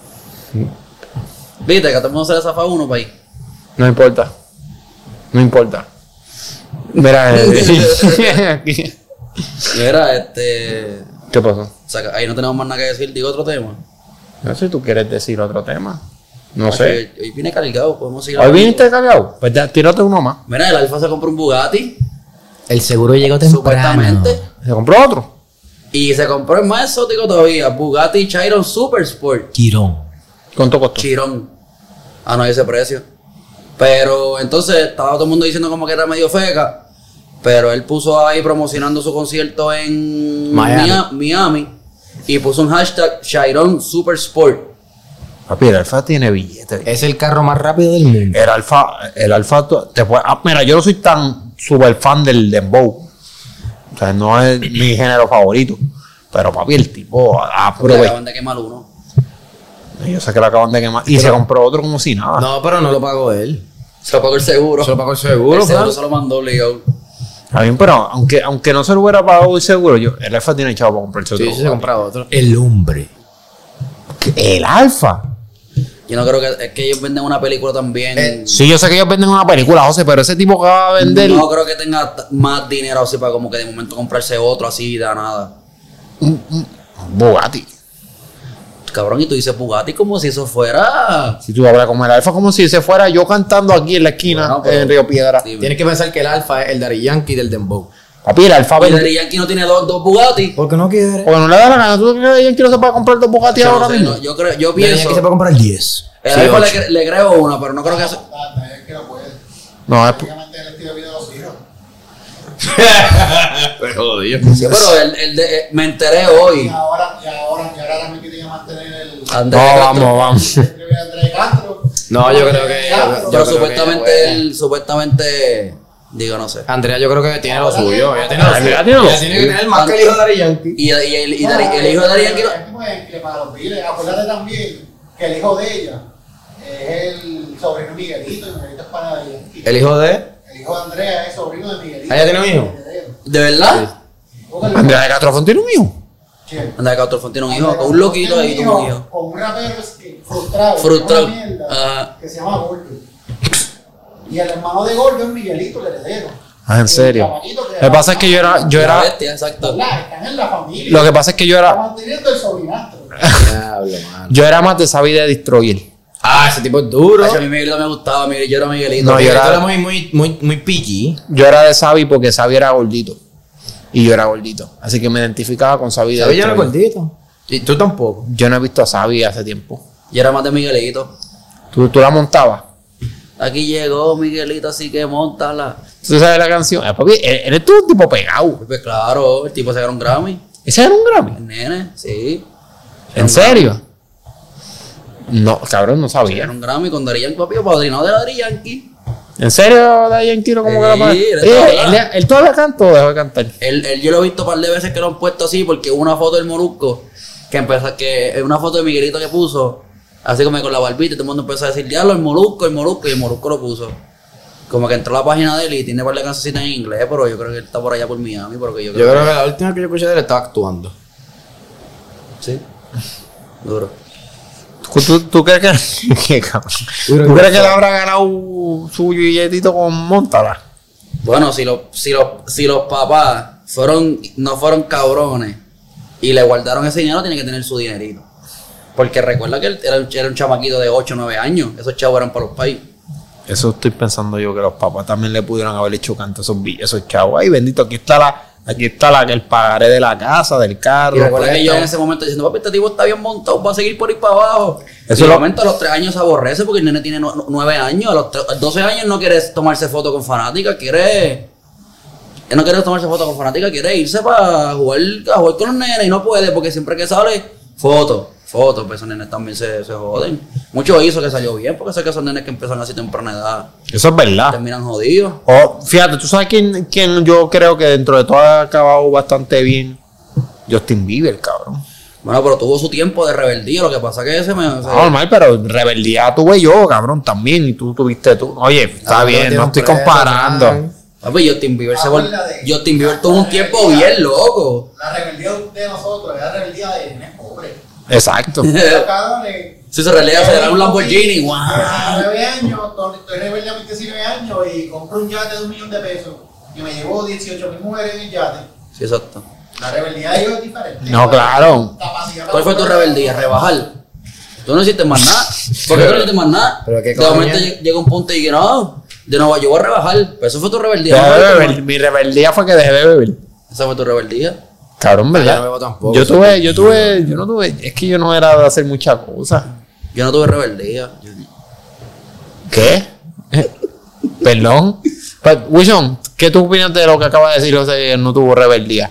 Viste, que todo el mundo se le zafa uno para ahí. No importa. No importa. Mira, eh, aquí. Mira, este. ¿Qué pasó? O sea, ahí no tenemos más nada que decir. Digo otro tema. No sé si tú quieres decir otro tema. No Ah, sé. Hoy, hoy viene cargado, podemos seguir ¿Hoy hablando. viniste cargado? Pues ya, tírate uno más. Mira, el Alfa se compró un Bugatti, El seguro llegó supuestamente. ¿Se compró otro? Y se compró el más exótico todavía, Bugatti Chiron Super Sport. Quirón. ¿Cuánto costó? Chirón. Ah, no, ese precio. Pero entonces estaba todo el mundo diciendo como que era medio feca. Pero él puso ahí promocionando su concierto en Miami. Mia- Miami. Y puso un hashtag Chiron Super Sport. Papi, el Alfa tiene billetes. Es el carro más rápido del mundo. El Alfa, el Alfa, tú- te puede- ah, mira, yo no soy tan super fan del dembow. O sea, no es mi género favorito. Pero papi, el tipo Porque le aprovechó. acaban de quemar uno. Yo sé que lo acaban de quemar. Y se compró otro como si nada. No, pero no lo pagó él. Se lo pagó el seguro. Se lo pagó el seguro, El seguro Fran. se lo mandó obligado. Está bien, pero aunque, aunque no se lo hubiera pagado el seguro, yo, el Alfa tiene chavo para comprarse otro. Sí, sí, se compraba otro. El hombre. ¿El Alfa? Yo no creo que es que ellos venden una película también. Eh, Sí, yo sé que ellos venden una película, José, pero ese tipo que va a vender No creo que tenga t- más dinero así para como que de momento comprarse otro así de nada. un Bugatti. Cabrón, y tú dices Bugatti como si eso fuera. Si tú hablas como el Alfa, como si se fuera yo cantando aquí en la esquina, Bueno, pero- en Río Piedra. Dime. Tienes que pensar que el Alfa es el Daddy Yankee del Dembow. Papi, el Alfa Y veinte. Daddy Yankee no tiene dos, dos Bugatti. ¿Por qué no quiere? Porque no le da la gana. ¿Tú crees que Yankee no se puede comprar dos Bugatti Yo, no ahora sé, mismo? no, yo, creo, yo Daddy Yankee pienso. se puede comprar diez. El Sí, Alfa ocho. le, le creo una, pero no creo que eso. Ah, es que no puede. No, es... Prácticamente el estilo de vida de los hijos. Pero jodido. Sí, pero el, el de, eh, me enteré Y hoy. ahora, y ahora, y ahora también tiene que mantener el Andrés No, Castro. vamos, vamos. el estilo de vida de Andrés Castro. No, yo creo que- Castro. Pero Yo creo supuestamente que ella él, supuestamente, digo, no sé. Andrea, yo creo que tiene lo suyo. Ella tiene lo suyo. Andrea tiene lo Ella tiene que tener más que el hijo de Daddy Yankee. Y, y, el, y Daddy- el hijo de Daddy Yankee. no- Pues, que para los biles, acuérdate también que el hijo de ella es el sobrino de Miguelito, y Miguelito es para Daddy Yankee. El hijo de. El hijo de Andrea es sobrino de Miguelito. ¿Ah, ella tiene un hijo? ¿De verdad? Andrea de Castro tiene un hijo. ¿Quién? Andrés Castro tiene un hijo, con un loquito ahí tuvo un hijo. Con un rapero es que- frustrado. Frustrado. una mierda, Ajá. que se llama Gordo. Y el hermano de Gordo es Miguelito, el heredero. Ah, ¿en serio? El chamaquito Lo que pasa es que yo era... Yo La era bestia, exacto. ¿Verdad? Están en la familia. lo que pasa es que yo Está era... manteniendo el sobrinastro. Diablo, mano. Yo era más de esa vida de Destroyer. Ah, ese tipo es duro. Ay, a mí Miguelito me gustaba, Miguel- yo era Miguelito. No, yo era- Tú eres muy, muy, muy, muy picky. Yo era de Sabi porque Sabi era gordito. Y yo era gordito. Así que me identificaba con Sabi de ¿Sabes? Yo era Destroyer. gordito. Y tú tampoco. Yo no he visto a Sabi hace tiempo. Yo era más de Miguelito. ¿Tú, tú la montabas? Aquí llegó Miguelito, así que montala. ¿Tú sabes la canción? Eh, papi, eres tú un tipo pegado. Pues claro, el tipo se ganó un Grammy. ¿Ese era un Grammy? El nene, sí. Se ganó ¿En un serio? No, cabrón, no Grammy. Se sabía. ganó un Grammy con Daddy Yankee, papi, padrino de Daddy Yankee. ¿En serio, Daddy Yankee no como que la Sí, paga? de Oye, todas. ¿él, él todavía canta o dejó de cantar? Él, él yo lo he visto un par de veces que lo han puesto así porque hubo una foto del Molusco que empezó, que es una foto de Miguelito que puso, así como con la barbita, y todo el mundo empezó a decir, diablo, el Molusco, el Molusco, y el Molusco lo puso. Como que entró a la página de él y tiene par de canciones en inglés, pero yo creo que él está por allá por Miami, porque yo Yo creo, creo que la última que yo escuché de él estaba actuando. sí. Duro. ¿Tú, tú, tú crees que, qué cabrón? Duro, ¿Tú duro. crees que él habrá ganado su billetito con Montala? Bueno, si los, si los, si los papás fueron, no fueron cabrones y le guardaron ese dinero, tiene que tener su dinerito. Porque recuerda que él era, un- era un chamaquito de ocho o nueve años. Esos chavos eran para los países. Eso estoy pensando yo, que los papás también le pudieron haber hecho canto a esos, bi- esos chavos. Ay, bendito, aquí está la, aquí está la, el pagaré de la casa, del carro. Y recuerda que yo en pues, ese momento diciendo, papi, este tipo está bien montado, va a seguir por ahí para abajo. Eso y de lo- momento a los tres años se aborrece porque el nene tiene nu- nueve años. A los tre- a los doce años no quiere tomarse foto con fanática, quiere... Él no quiere tomarse foto con fanática, quiere irse para jugar, a jugar con los nenes y no puede porque siempre que sale, foto, foto, pues esos nenes también se, se joden. Mucho hizo que salió bien porque sé que esos nenes que empiezan así temprana edad Eso es verdad. terminan jodidos. O, fíjate, tú sabes quién, quién yo creo que dentro de todo ha acabado bastante bien. Justin Bieber, cabrón. Bueno, pero tuvo su tiempo de rebeldía, lo que pasa que ese me... No, normal, pero rebeldía tuve yo, cabrón, también. Y tú tuviste tú. Oye, está Ah, bien, tiene no un estoy preso, comparando. man. Papi, Justin Bieber se vol- Habla de- Justin Bieber tuvo un la tiempo rebeldía. bien loco. La rebeldía de nosotros es la rebeldía de nenes pobres. Exacto. Los cabrones. Si se realidad se era un Lamborghini, guau. A nueve años, estoy rebelde a mis diecinueve años y compro un yate de un millón de pesos y me llevo dieciocho mil mujeres en el yate. Sí, exacto. La rebeldía de ellos es diferente. No, claro. Capacidad para ¿Cuál fue tu comprar- rebeldía? ¿Rebajar? Tú no hiciste más nada. ¿Por qué tú no hiciste más nada? Pero qué De momento coño. lleg- llega un punto y que no, de nuevo yo voy a rebajar. Pero eso fue tu rebeldía. Dejé ¿no? de Fue beber. tu- Mi rebeldía fue que dejé de beber. Esa fue tu rebeldía. Cabrón, Yo ¿verdad? no bebo tampoco. Yo eso tuve, es yo tuve, yo no tuve, es que yo no era de hacer muchas cosas. Yo no tuve rebeldía. Yo- ¿Qué? Perdón. Pues, Wilson, ¿qué tú opinas de lo que acaba de decir José que no tuvo rebeldía?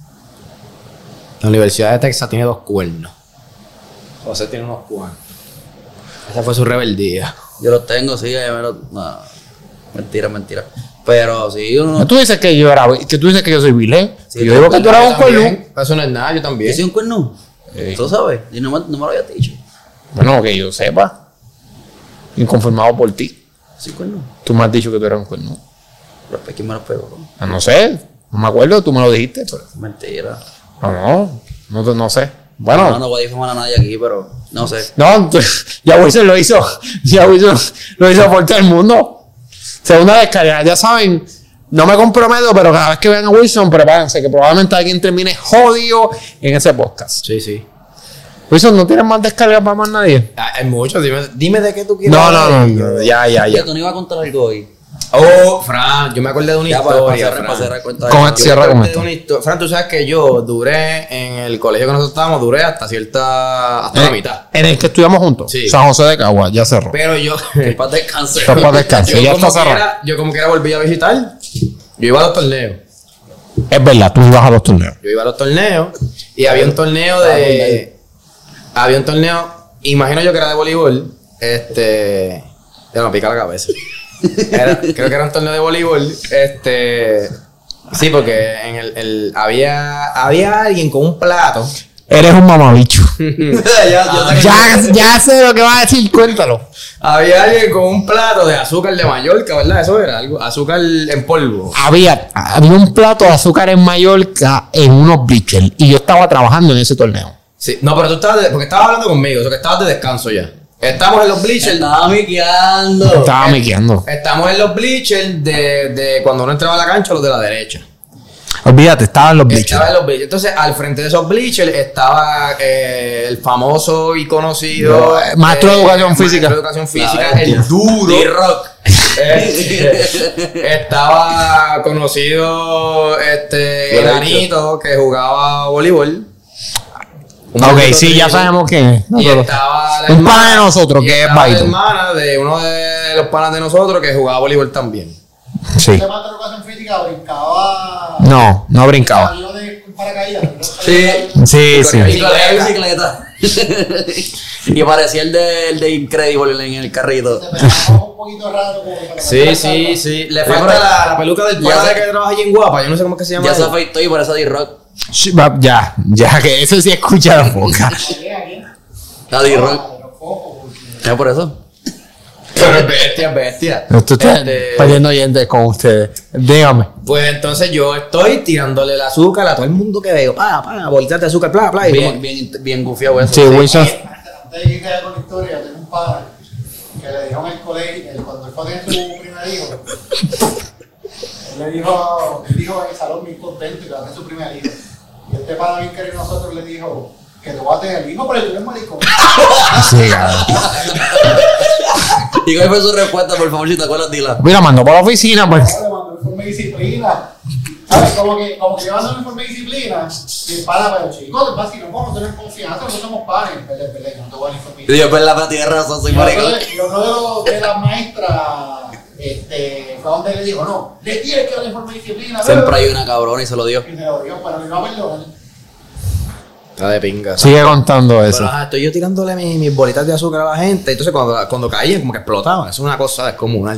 La Universidad de Texas tiene dos cuernos. José tiene unos cuantos. Esa fue su rebeldía. Yo los tengo, sí, ya me los- no, mentira, mentira. Pero sí, uno. Tú dices que yo era, que tú dices que yo soy vilé. Sí, yo digo que tú eras un Yo cuerno. también. Eso no es nada, yo ¿Yo también. soy un cuerno? Sí. ¿Tú sabes? Y no me, no me lo habías dicho. Bueno, que yo sepa. Inconformado por ti. ¿Sí, cuerno? Tú me has dicho que tú eras un cuerno. Pero pues, ¿quién me los pegó? Ah, no sé. No me acuerdo, tú me lo dijiste. Pero... Mentira. No, no. No, no sé. No, Bueno. no voy a difamar a nadie aquí, pero no sé. No, tú- ya Wilson lo hizo. Ya Wilson lo hizo por todo el mundo. Segunda descarga. Ya saben, no me comprometo, pero cada vez que vean a Wilson, prepárense que probablemente alguien termine jodido en ese podcast. Sí, sí. Wilson, ¿no tienes más descargas para más nadie? Ah, hay muchos. Dime, dime de qué tú quieres. No, no, no, hablar. no, ya, ya, Ya, ya. tú no ibas a contar algo hoy. Oh, Fran, yo me acordé de una Ya, para, historia. para cerrar, para cerrar cuenta de Con eso. el Yo cierra me con acordé esto. de una histo- Fran, tú sabes que yo duré en el colegio que nosotros estábamos, duré hasta cierta. hasta la mitad. En el que estudiamos juntos. Sí. San José de Cagua, ya cerró. Pero yo. Que en paz descanse. Está para descanso, yo ya como está cerrado. quiera- Yo como quiera volví a visitar. Yo iba a los torneos. Es verdad, tú ibas a los torneos. Yo iba a los torneos y había un torneo de. Había un torneo, imagino yo que era de voleibol. Este. Ya me pica la cabeza. Era- creo que era un torneo de voleibol. Este. Sí, porque en el, el- había, había alguien con un plato. Eres un mamabicho. ya, ya sé que- ya, ya sé lo que vas a decir, cuéntalo. Había alguien con un plato de azúcar de Mallorca, ¿verdad? Eso era algo. Azúcar en polvo. Había, había un plato de azúcar en Mallorca en unos bleachers y yo estaba trabajando en ese torneo. Sí. No, pero tú estabas. de- porque estabas hablando conmigo, o sea que estabas de descanso ya. Estamos en los bleachers. Estaba miqueando. Estaba miqueando. Estamos en los bleachers de, de cuando uno entraba a la cancha, los de la derecha. Olvídate, estaba en los Estaba bleachers. en los bleachers. Entonces, al frente de esos bleachers estaba eh, el famoso y conocido No, maestro de educación maestro física. de educación física, La bestia. el duro. D-Rock. Eh, estaba conocido este Lo he enanito que jugaba voleibol. Un Ok, bonito sí, ya trino. sabemos quién es. Y estaba la Un hermana- pana de nosotros y que es estaba la Baito. hermana de uno de los panas de nosotros que jugaba voleibol también. Sí. Este maestro de educación física brincaba. No, no brincaba. Salió de un paracaídas. Sí. Sí, Y sí. corría Y corría en bicicleta. Y parecía el de, el de Incredible en el carrito. Se pegaba un poquito raro. Como que para Sí, meter sí, la sí. Le Pero- falta la, la peluca del Ya pana sé- que trabaja allí en Guapa. Yo no sé cómo es que se llama. Ya se él. afeitó y por eso D-Rock. Sí, va, Ya, ya, que eso sí escucha la boca. A D-Rock. cabeza. Ya por eso. Pero es bestia, es bestia. Esto está Este, perdiendo oyentes con ustedes. Dígame. Pues entonces yo estoy tirándole el azúcar a todo el mundo que veo. Pa, pa, bolitas de azúcar, bla, bla. Y Bien, como- bien, bien gufiado eso. Sí, Wilson. Antes de que quede con la historia, tengo un padre que le dijo en el colegio, él, cuando él fue a tener su primer hijo, él le dijo, él dijo en el salón bien contento y que va a tener su primer hijo. Y este padre bien querido nosotros le dijo que tú vas a tener el hijo, pero tú eres maricón. Sí, cabrón. ¿Y cuál fue su respuesta? Por favor, si te acuerdas, dila. Mira, mandó para la oficina, pues. Le mandó un informe de disciplina. ¿Sabes? Como que, como que llevando un informe de disciplina, y el padre, pero chicos, es no podemos tener confianza, nosotros somos padres. Pele, pele, no te voy a informe de Y yo, pues la para tierra razón, soy Y otro maricón. de- y otro de, los- de las maestras este, fue donde le dijo, no, le tienes que dar informe de disciplina. Siempre hay una cabrona y se lo dio. Y se lo dio, pero no iba a perdonar. Está de pinga. Sigue contando eso. Pero, ajá, estoy yo tirándole mis, mis bolitas de azúcar a la gente. Entonces cuando, cuando caían, como que explotaban. Eso es una cosa descomunal.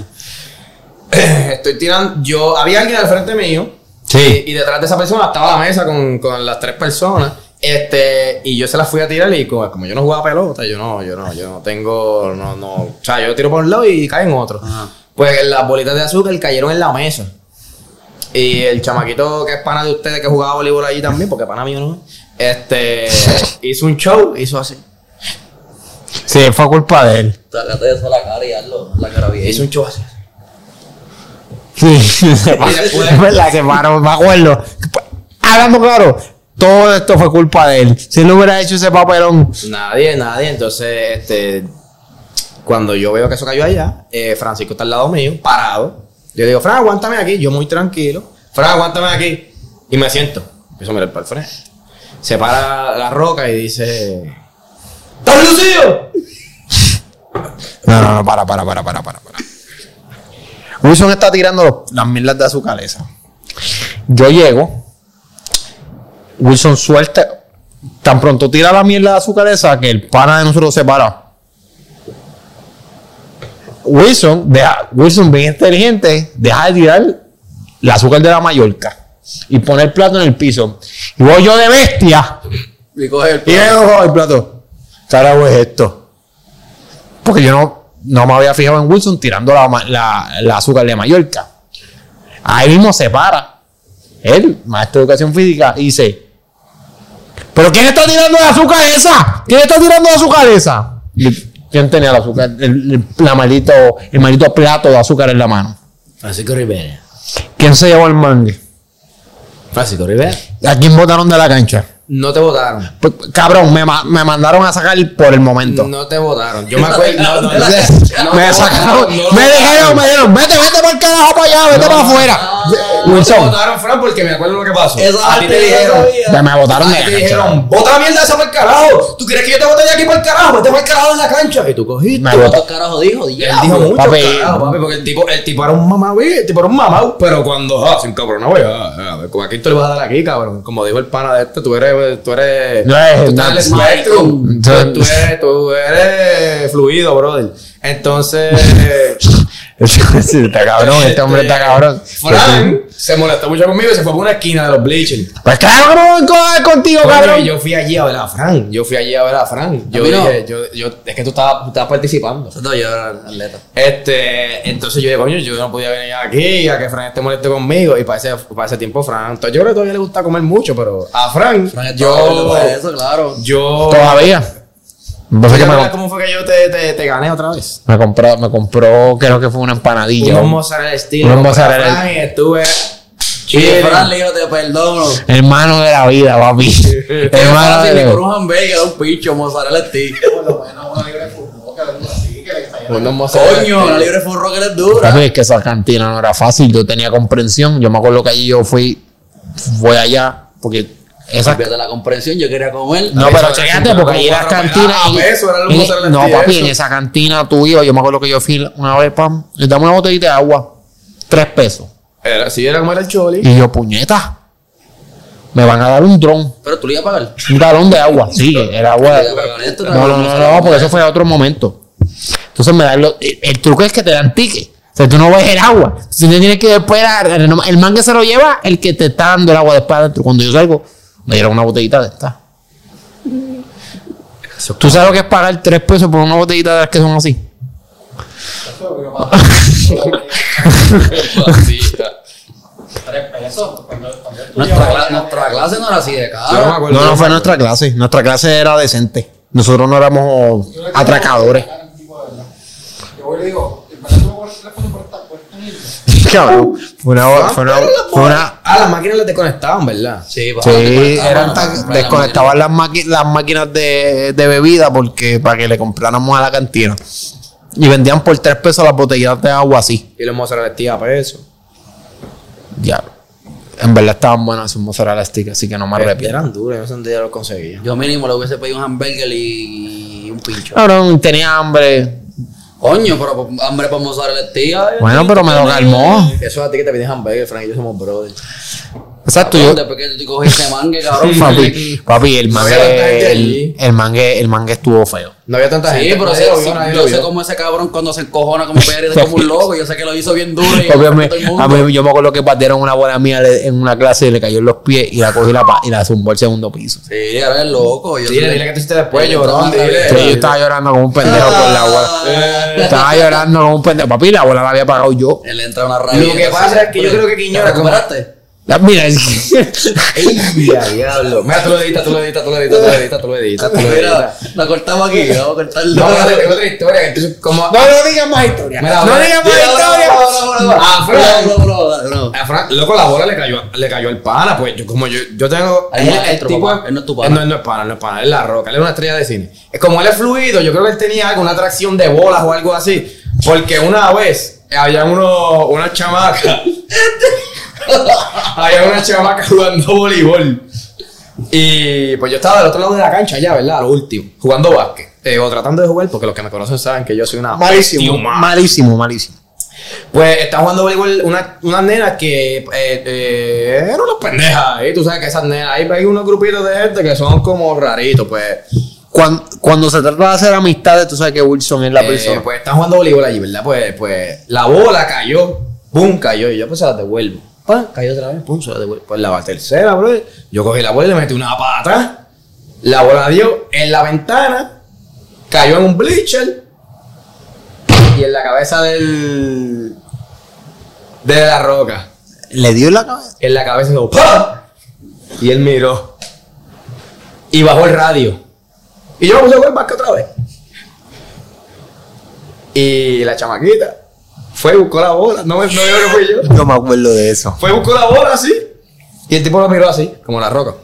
Estoy tirando. Yo, había alguien al frente mío. Sí. Y, y detrás de esa persona estaba la mesa con, con las tres personas. Este, y yo se las fui a tirar y como, como yo no jugaba pelota, yo no, yo no, yo no tengo, no, no. O sea, yo tiro por un lado y cae en otro. Ajá. Pues las bolitas de azúcar cayeron en la mesa. Y el chamaquito que es pana de ustedes que jugaba voleibol allí también, porque pana mío no es, este, hizo un show, hizo así. Sí, fue culpa de él. Sácate eso a la cara y hazlo. La cara bien. Hizo un show así. Sí, es verdad, se paró, me acuerdo. Hablando claro, todo esto fue culpa de él. Si él no hubiera hecho ese papelón, Nadie, nadie. Entonces, este, cuando yo veo que eso cayó allá, eh, Francisco está al lado mío, parado. Yo digo, Fran, aguántame aquí. Yo muy tranquilo. Fran, aguántame aquí. Y me siento. Empiezo a mirar para el frente. Se para la roca y dice, ¿estás lucido? no, no, no, para, para, para, para, para, para. Wilson está tirando los- las mierdas de azúcar esa. Yo llego, Wilson suelta, tan pronto tira la mierda de azúcar esa que el pana de nosotros se para. Wilson, deja, Wilson bien inteligente, deja de tirar el azúcar de la Mallorca y pone el plato en el piso. Y voy yo de bestia Y coge el y veo el plato. Carajo es esto. Porque yo no, no me había fijado en Wilson tirando la, ma- la, la azúcar de Mallorca. Ahí mismo se para. Él, maestro de educación física, y dice: ¿pero quién está tirando la azúcar esa? ¿Quién está tirando la azúcar esa? Y, ¿quién tenía el azúcar? El, el, la maldito, el maldito plato de azúcar en la mano. Francisco Rivera. ¿Quién se llevó el mangue? Francisco Rivera. ¿A quién botaron de la cancha? No te votaron. Pues, cabrón, me, ma- me mandaron a sacar por el momento. No te votaron. Yo me acuerdo. No, no, no. me No te sacaron, votaron, no me te dijeron, votaron. me dijeron, vete, vete por el carajo carajo para allá, vete para afuera. Me Wilson, votaron, Fran, porque me acuerdo lo que pasó. Esa A ti te parte yo dijeron. sabía. ya me botaron A de ti te la cancha. dijeron, bota la mierda esa para el carajo. ¿Tú quieres que yo te bote de aquí para el carajo? Vete para el carajo en la cancha. Y tú cogiste. Me ¿Cuántos bota- carajos dijo? Y él dijo mucho, papi. carajo, papi, porque el tipo, el tipo era un mamá, güey, el tipo era un mamá, pero cuando, ah, sin cabrón, no voy a, a ver, como aquí te le vas a dar aquí, cabrón, como dijo el pana de este, tú eres, tú eres, No es- tú estás en el no- spectrum, no- tú, tú eres, tú eres fluido, brother, entonces, Está cabrón, este hombre está cabrón. Fran se molestó mucho conmigo y se fue por una esquina de los bleachers. Pues claro que no voy a coger contigo, Coño, cabrón. yo fui allí a ver a Fran, yo fui allí a ver a Fran, yo A mí no. dije, yo, yo, es que tú estabas, tú estabas participando. No, yo era atleta. Este, entonces yo dije, coño, yo no podía venir aquí a que Fran esté molesto conmigo. Y para ese, para ese tiempo, Fran, entonces yo creo que todavía le gusta comer mucho, pero a Fran, Fran estaba yo, gordo por eso, claro. yo, Todavía. No sé ¿Te qué me, acuerdas comp- cómo fue que yo te, te, te gané otra vez? me compró, me compró, creo que fue una empanadilla. Unos un- mozzarella estilo. Unos compré a mozzarella. Fran y estuve Y chilling. Fran le dijo, te perdono. Hermano de la vida, papi. Es Hermano fácil, de ni la por un hamburger, un pincho, mozzarella stick. Por lo menos una libre de fútbol que le gusta así, que le está Unos llenando. mozzarella Coño, stick. la libre fue un rocker es dura. Papi, es que esa cantina no era fácil. Yo tenía comprensión. Yo me acuerdo que allí yo fui, fui allá, porque esa. Fíjate la comprensión, yo quería comer. No, Eso pero era chécate, como porque ahí las cuatro cantinas. pedazos, en- eso, era los en- mozzarella no, stick, papi, eso. en esa cantina tú ibas. Yo me acuerdo que yo fui una vez, pam, y dame una botellita de agua, tres pesos. Era, sí, era como era el choli. Y yo, puñeta, me van a dar un dron, Pero tú le ibas a pagar. un galón de agua. Sí, el agua. Le ibas a pagar esto, No, no, no, no, porque eso fue a otro momento. Entonces me dan los, el, el truco es que te dan ticket. O sea, tú no ves el agua. Entonces tú tienes que esperar. El, el man que se lo lleva, el que te está dando el agua después adentro. Cuando yo salgo, me dieron una botellita de esta. ¿Tú sabes lo que es pagar tres pesos por una botellita de las que son así? Eso, pero para- Tres pesos. Cuando, cuando él Nuestra, estudiaba- cla- nuestra clase no era así de Yo no me cara. acuerdo. No, yo no me fue acuerdo. nuestra clase. Nuestra clase era decente. Nosotros no éramos Yo le digo, atracadores. "Ah, tipo de verdad". Yo voy y le digo, ¿en verdad tú me cobras tres pesos por esta por esta mierda?" Cabrón. Fue una, fue una, fue una, Ah, las máquinas las desconectaban, ¿verdad? Sí, pa, sí, desconectaban, eran no, tan- no, no, desconectaban las, maqui- las máquinas de, de bebida porque para que le compráramos a la cantina. Y vendían por tres pesos las botellas de agua así. Y los mozzarella stick a peso. Ya. En verdad estaban buenas esos mozzarella stick, así que no me arrepiento. Eran duros, yo no sé dónde ya los conseguía. Yo mínimo le hubiese pedido un hamburger y un pincho. Cabrón, tenía hambre. Coño, pero por- hambre para mozzarella stick. ay, Bueno, pero me lo calmó. Eso es a ti que te pides hamburger, Frank y yo somos brothers. Exacto, yo. Después que tú cogiste mangue, cabrón. Papi, papi, el No había tanta gente mangue, allí. el, el mangue, el mangue estuvo feo. No había tanta Sí, gente. pero nadie sí, lo sí, vio, nadie yo lo sé vio. cómo ese cabrón cuando se encojona como Pérez es como un loco. Yo sé que lo hizo bien duro y Papi, a mí, todo el a mundo. mí- yo me acuerdo que patearon una buena mía le- en una clase y le cayó en los pies y la cogí y la, pa- y la zumbó al segundo piso. Sí, ahora es loco. Yo Dile, sé- dile que tú hiciste después, Él llorón, entró dile. más Sí, rápido. yo estaba llorando como un pendejo por la abuela. Estaba llorando como un pendejo. Papi, la abuela la había pagado yo. Él entra una rabia. Lo que pasa es que yo creo que Quiñones ¿Te como- recuperaste? La- Mira, es que- ¡Ey, a diablo! Mira, tú lo editas, tú lo editas, tú lo editas, tú lo editas, tú lo editas, tú lo Mira, editas. la cortamos aquí. Vamos a cortarlo. No, pero tengo otra historia. Entonces, como. no, no digas más historia. Mira, no mira, digas más mira, historia. Ah, Fran. No, no, no, no, no. A Fran, loco, la bola le cayó, le cayó al pana, pues yo como yo, yo tengo. Hay un maestro, papá. Él no es tu pana. Él no, él no es pana, él no es pana, él es la roca, él es una estrella de cine. Es como él es fluido, yo creo que él tenía algo, una atracción de bolas o algo así. Porque una vez había uno, una chamaca. había una chamaca jugando voleibol. Y pues yo estaba del otro lado de la cancha ya, ¿verdad? A lo último, jugando básquet. Eh, o tratando de jugar, porque los que me conocen saben que yo soy una Malísimo, bestia. malísimo, malísimo. Pues está jugando voleibol una, una nena que eh, eh, eran unas pendejas. ¿eh? Tú sabes que esas nenas, ahí hay unos grupitos de gente que son como raritos, pues. Cuando, cuando se trata de hacer amistades, tú sabes que Wilson es la Eh, persona. pues están jugando voleibol allí, ¿verdad? Pues, pues la bola cayó, pum, cayó, y yo pues se la devuelvo. Pa, cayó otra vez, pum, se la devuelvo. Pues la tercera, bro. Yo cogí la bola y le metí una pata. La bola dio en la ventana, cayó en un bleacher y en la cabeza del. de la roca. Le dio en la cabeza. En la cabeza hizo ¡pam! Y él miró. Y bajó el radio. Y yo me puse a jugar básquet otra vez. Y la chamaquita fue y buscó la bola. No, me- no veo que fui yo. No me acuerdo de eso. Fue y buscó la bola así. Y el tipo lo miró así, como la roca.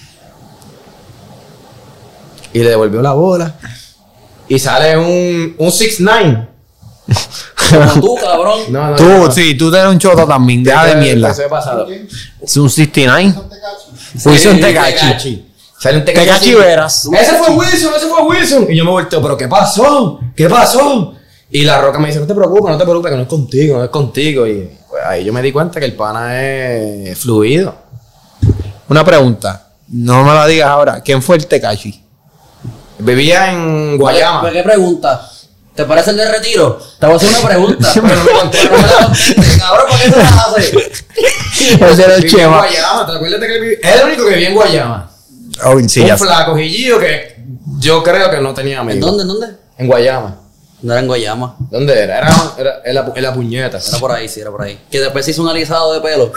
Y le devolvió la bola. Y sale un, un six nine. Como tú, cabrón. No, no, Tú, no. sí, tú eres un choto también. Deja de mierda. Eso he pasado. Es un sesenta y nueve. Son Tecachi. Wilson Sí, Tecachi. Sale un Tecachi. Tecachi Veras. Ese fue Wilson, ese fue Wilson. Y yo me volteo, ¿pero qué pasó? ¿Qué pasó? Y la Roca me dice, no te preocupes, no te preocupes, que no es contigo, no es contigo. Y pues ahí yo me di cuenta que el pana es fluido. Una pregunta. No me la digas ahora. ¿Quién fue el Tecachi? Vivía en Guayama. ¿Pero qué pregunta? ¿Te parece el de retiro? Te voy a hacer una pregunta. Pero no me contestes, no me la contestes, cabrón, ¿por qué se la hace? Ese era el Vivía en Chema. Guayama, ¿te acuerdas que él vivía? Es el único que vivía en Guayama. Oh, sí, ya Un sé. flaco gillillo que yo creo que no tenía ¿En amigos. dónde? ¿En dónde? En Guayama. No era en Guayama. ¿Dónde era? Era, era en, la, en la puñeta. Era por ahí, sí, era por ahí. Que después se hizo un alisado de pelo.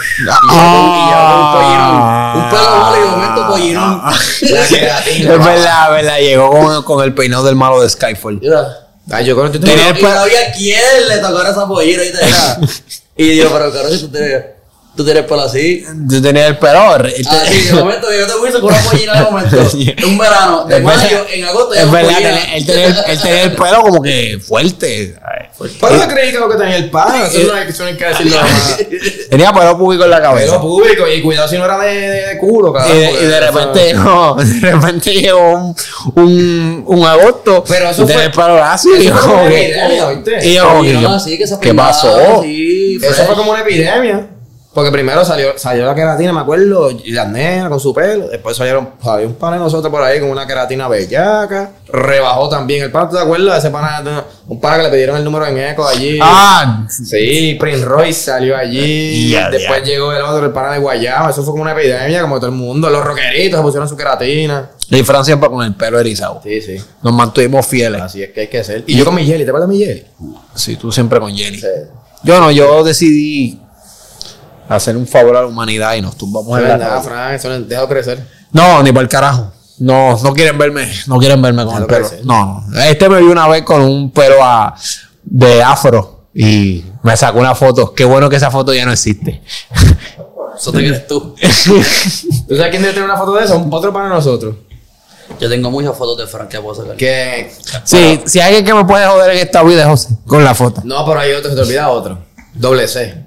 Ah. Y ya con un pollinón. Un pelo malo y de momento pollinón. La queratina. Es verdad, verdad. Llegó con, con el peinado del malo de Skyfall. Mira. Ay, yo creo que tú Tenía tenías el Y no había quien le tocara esa pollina y te era. Y digo, pero cabrón, si tú tienes, tú tienes pelo así. Yo tenía el pelo. el- Así, de momento, yo te Wilson con una pollina de momento. Un verano, de Es verdad. mayo, en agosto, ya Es con verdad, pollina. tenía- él tenía, el- él tenía el pelo como que fuerte. Pero yo creí que lo que tenía el pana. Eso no hay, eso no hay que decirlo más. Tenía pelo público en la Pelo cabeza. público y cuidado si no era de, de, de culo, Y cabrón. de, porque y de eso- repente, no, de repente llegó un, un, un agosto. Pero eso y tenía fue- el pelo así. eso y yo fue como una que- epidemia, ¿viste? y yo como que, No, así que se ¿qué peinaba pasó? así, Eso fresh. fue como una epidemia. Porque primero salió, salió la queratina, me acuerdo, y las nenas con su pelo. Después salieron, salió un pana de nosotros por ahí con una queratina bellaca. Rebajó también el pana, ¿tú te acuerdas de ese pana? Un pana que le pidieron el número en eco allí. Ah, Sí, Prince Royce salió allí. Ya, Después ya. llegó el otro, el pana de Guayama. Eso fue como una epidemia, como todo el mundo. Los rockeritos se pusieron su queratina. la diferencia fue con el pelo erizado. Sí, sí. Nos mantuvimos fieles. Así es que hay que ser. Y yo con mi Jelly, ¿te acuerdas de mi Jelly? Sí, tú siempre con Jenny. Sí. Yo no, yo decidí hacer un favor a la humanidad y nos tumbamos No en es la nada, cabeza. Fran, eso no, déjalo crecer. No, ni por el carajo. No, no quieren verme, no quieren verme con Déjalo el pelo. crecer. No, no. Este me vio una vez con un pelo a- de afro y me sacó una foto. Qué bueno que esa foto ya no existe. Eso te crees tú. ¿Tú sabes quién debe tener una foto de eso? Un- Otro para nosotros. Yo tengo muchas fotos de Frank que puedo sacar. Que. Sí, si hay alguien que me puede joder en esta vida es José, con la foto. No, pero hay otro, se te olvida otro. Doble C.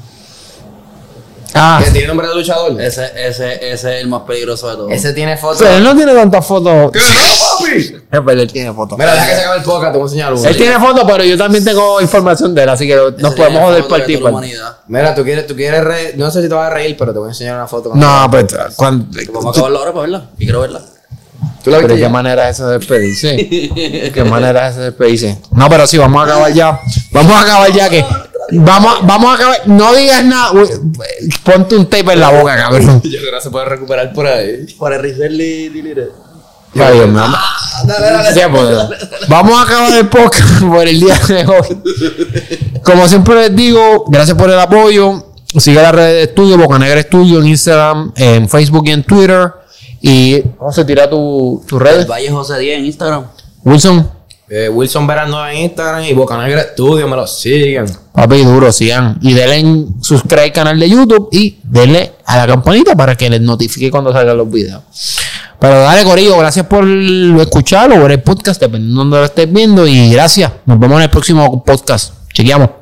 Ah, Que tiene nombre de luchador. Ese, ese, ese es el más peligroso de todos. Ese tiene foto. pero él no tiene tantas fotos. ¿Qué no, papi? Es verdad, él tiene fotos. Mira, deja que se acabe el podcast, te voy a enseñar uno. Él tiene fotos, pero yo también tengo información de él, así que nos Ese podemos es joder el por fondo ti. de toda por- la humanidad. Mira, tú quieres, tú quieres reír. No sé si te vas a reír, pero te voy a enseñar una foto. No, pues cuando, Vamos a acabar la hora para verla. Y quiero verla. ¿Tú la pero viste qué ya? manera es esa de despedirse. Qué manera es esa de despedirse. No, pero sí, vamos a acabar ya. Vamos a acabar ya que. Vamos, vamos a acabar. No digas nada. Uy, ponte un tape en la boca, cabrón. Yo creo que se puede recuperar por ahí. Para Rizelli, Dilire. Ay, Dios mío. Ya, pues, vamos a acabar el podcast por el día de hoy. Como siempre les digo, gracias por el apoyo. Sigue las redes de estudio, Boca Negra Estudio en Instagram, en Facebook y en Twitter. Y vamos a tirar tu, tu El redes. Valle José diez en Instagram. Wilson, Eh, Wilson Verano en Instagram y Boca Negra Studio, me lo siguen. papi, duro, sigan. Y denle en suscribir al canal de YouTube y denle a la campanita para que les notifique cuando salgan los videos. Pero dale, Corillo, gracias por escucharlo o ver el podcast, dependiendo de donde lo estés viendo. Y gracias. Nos vemos en el próximo podcast. Chequeamos.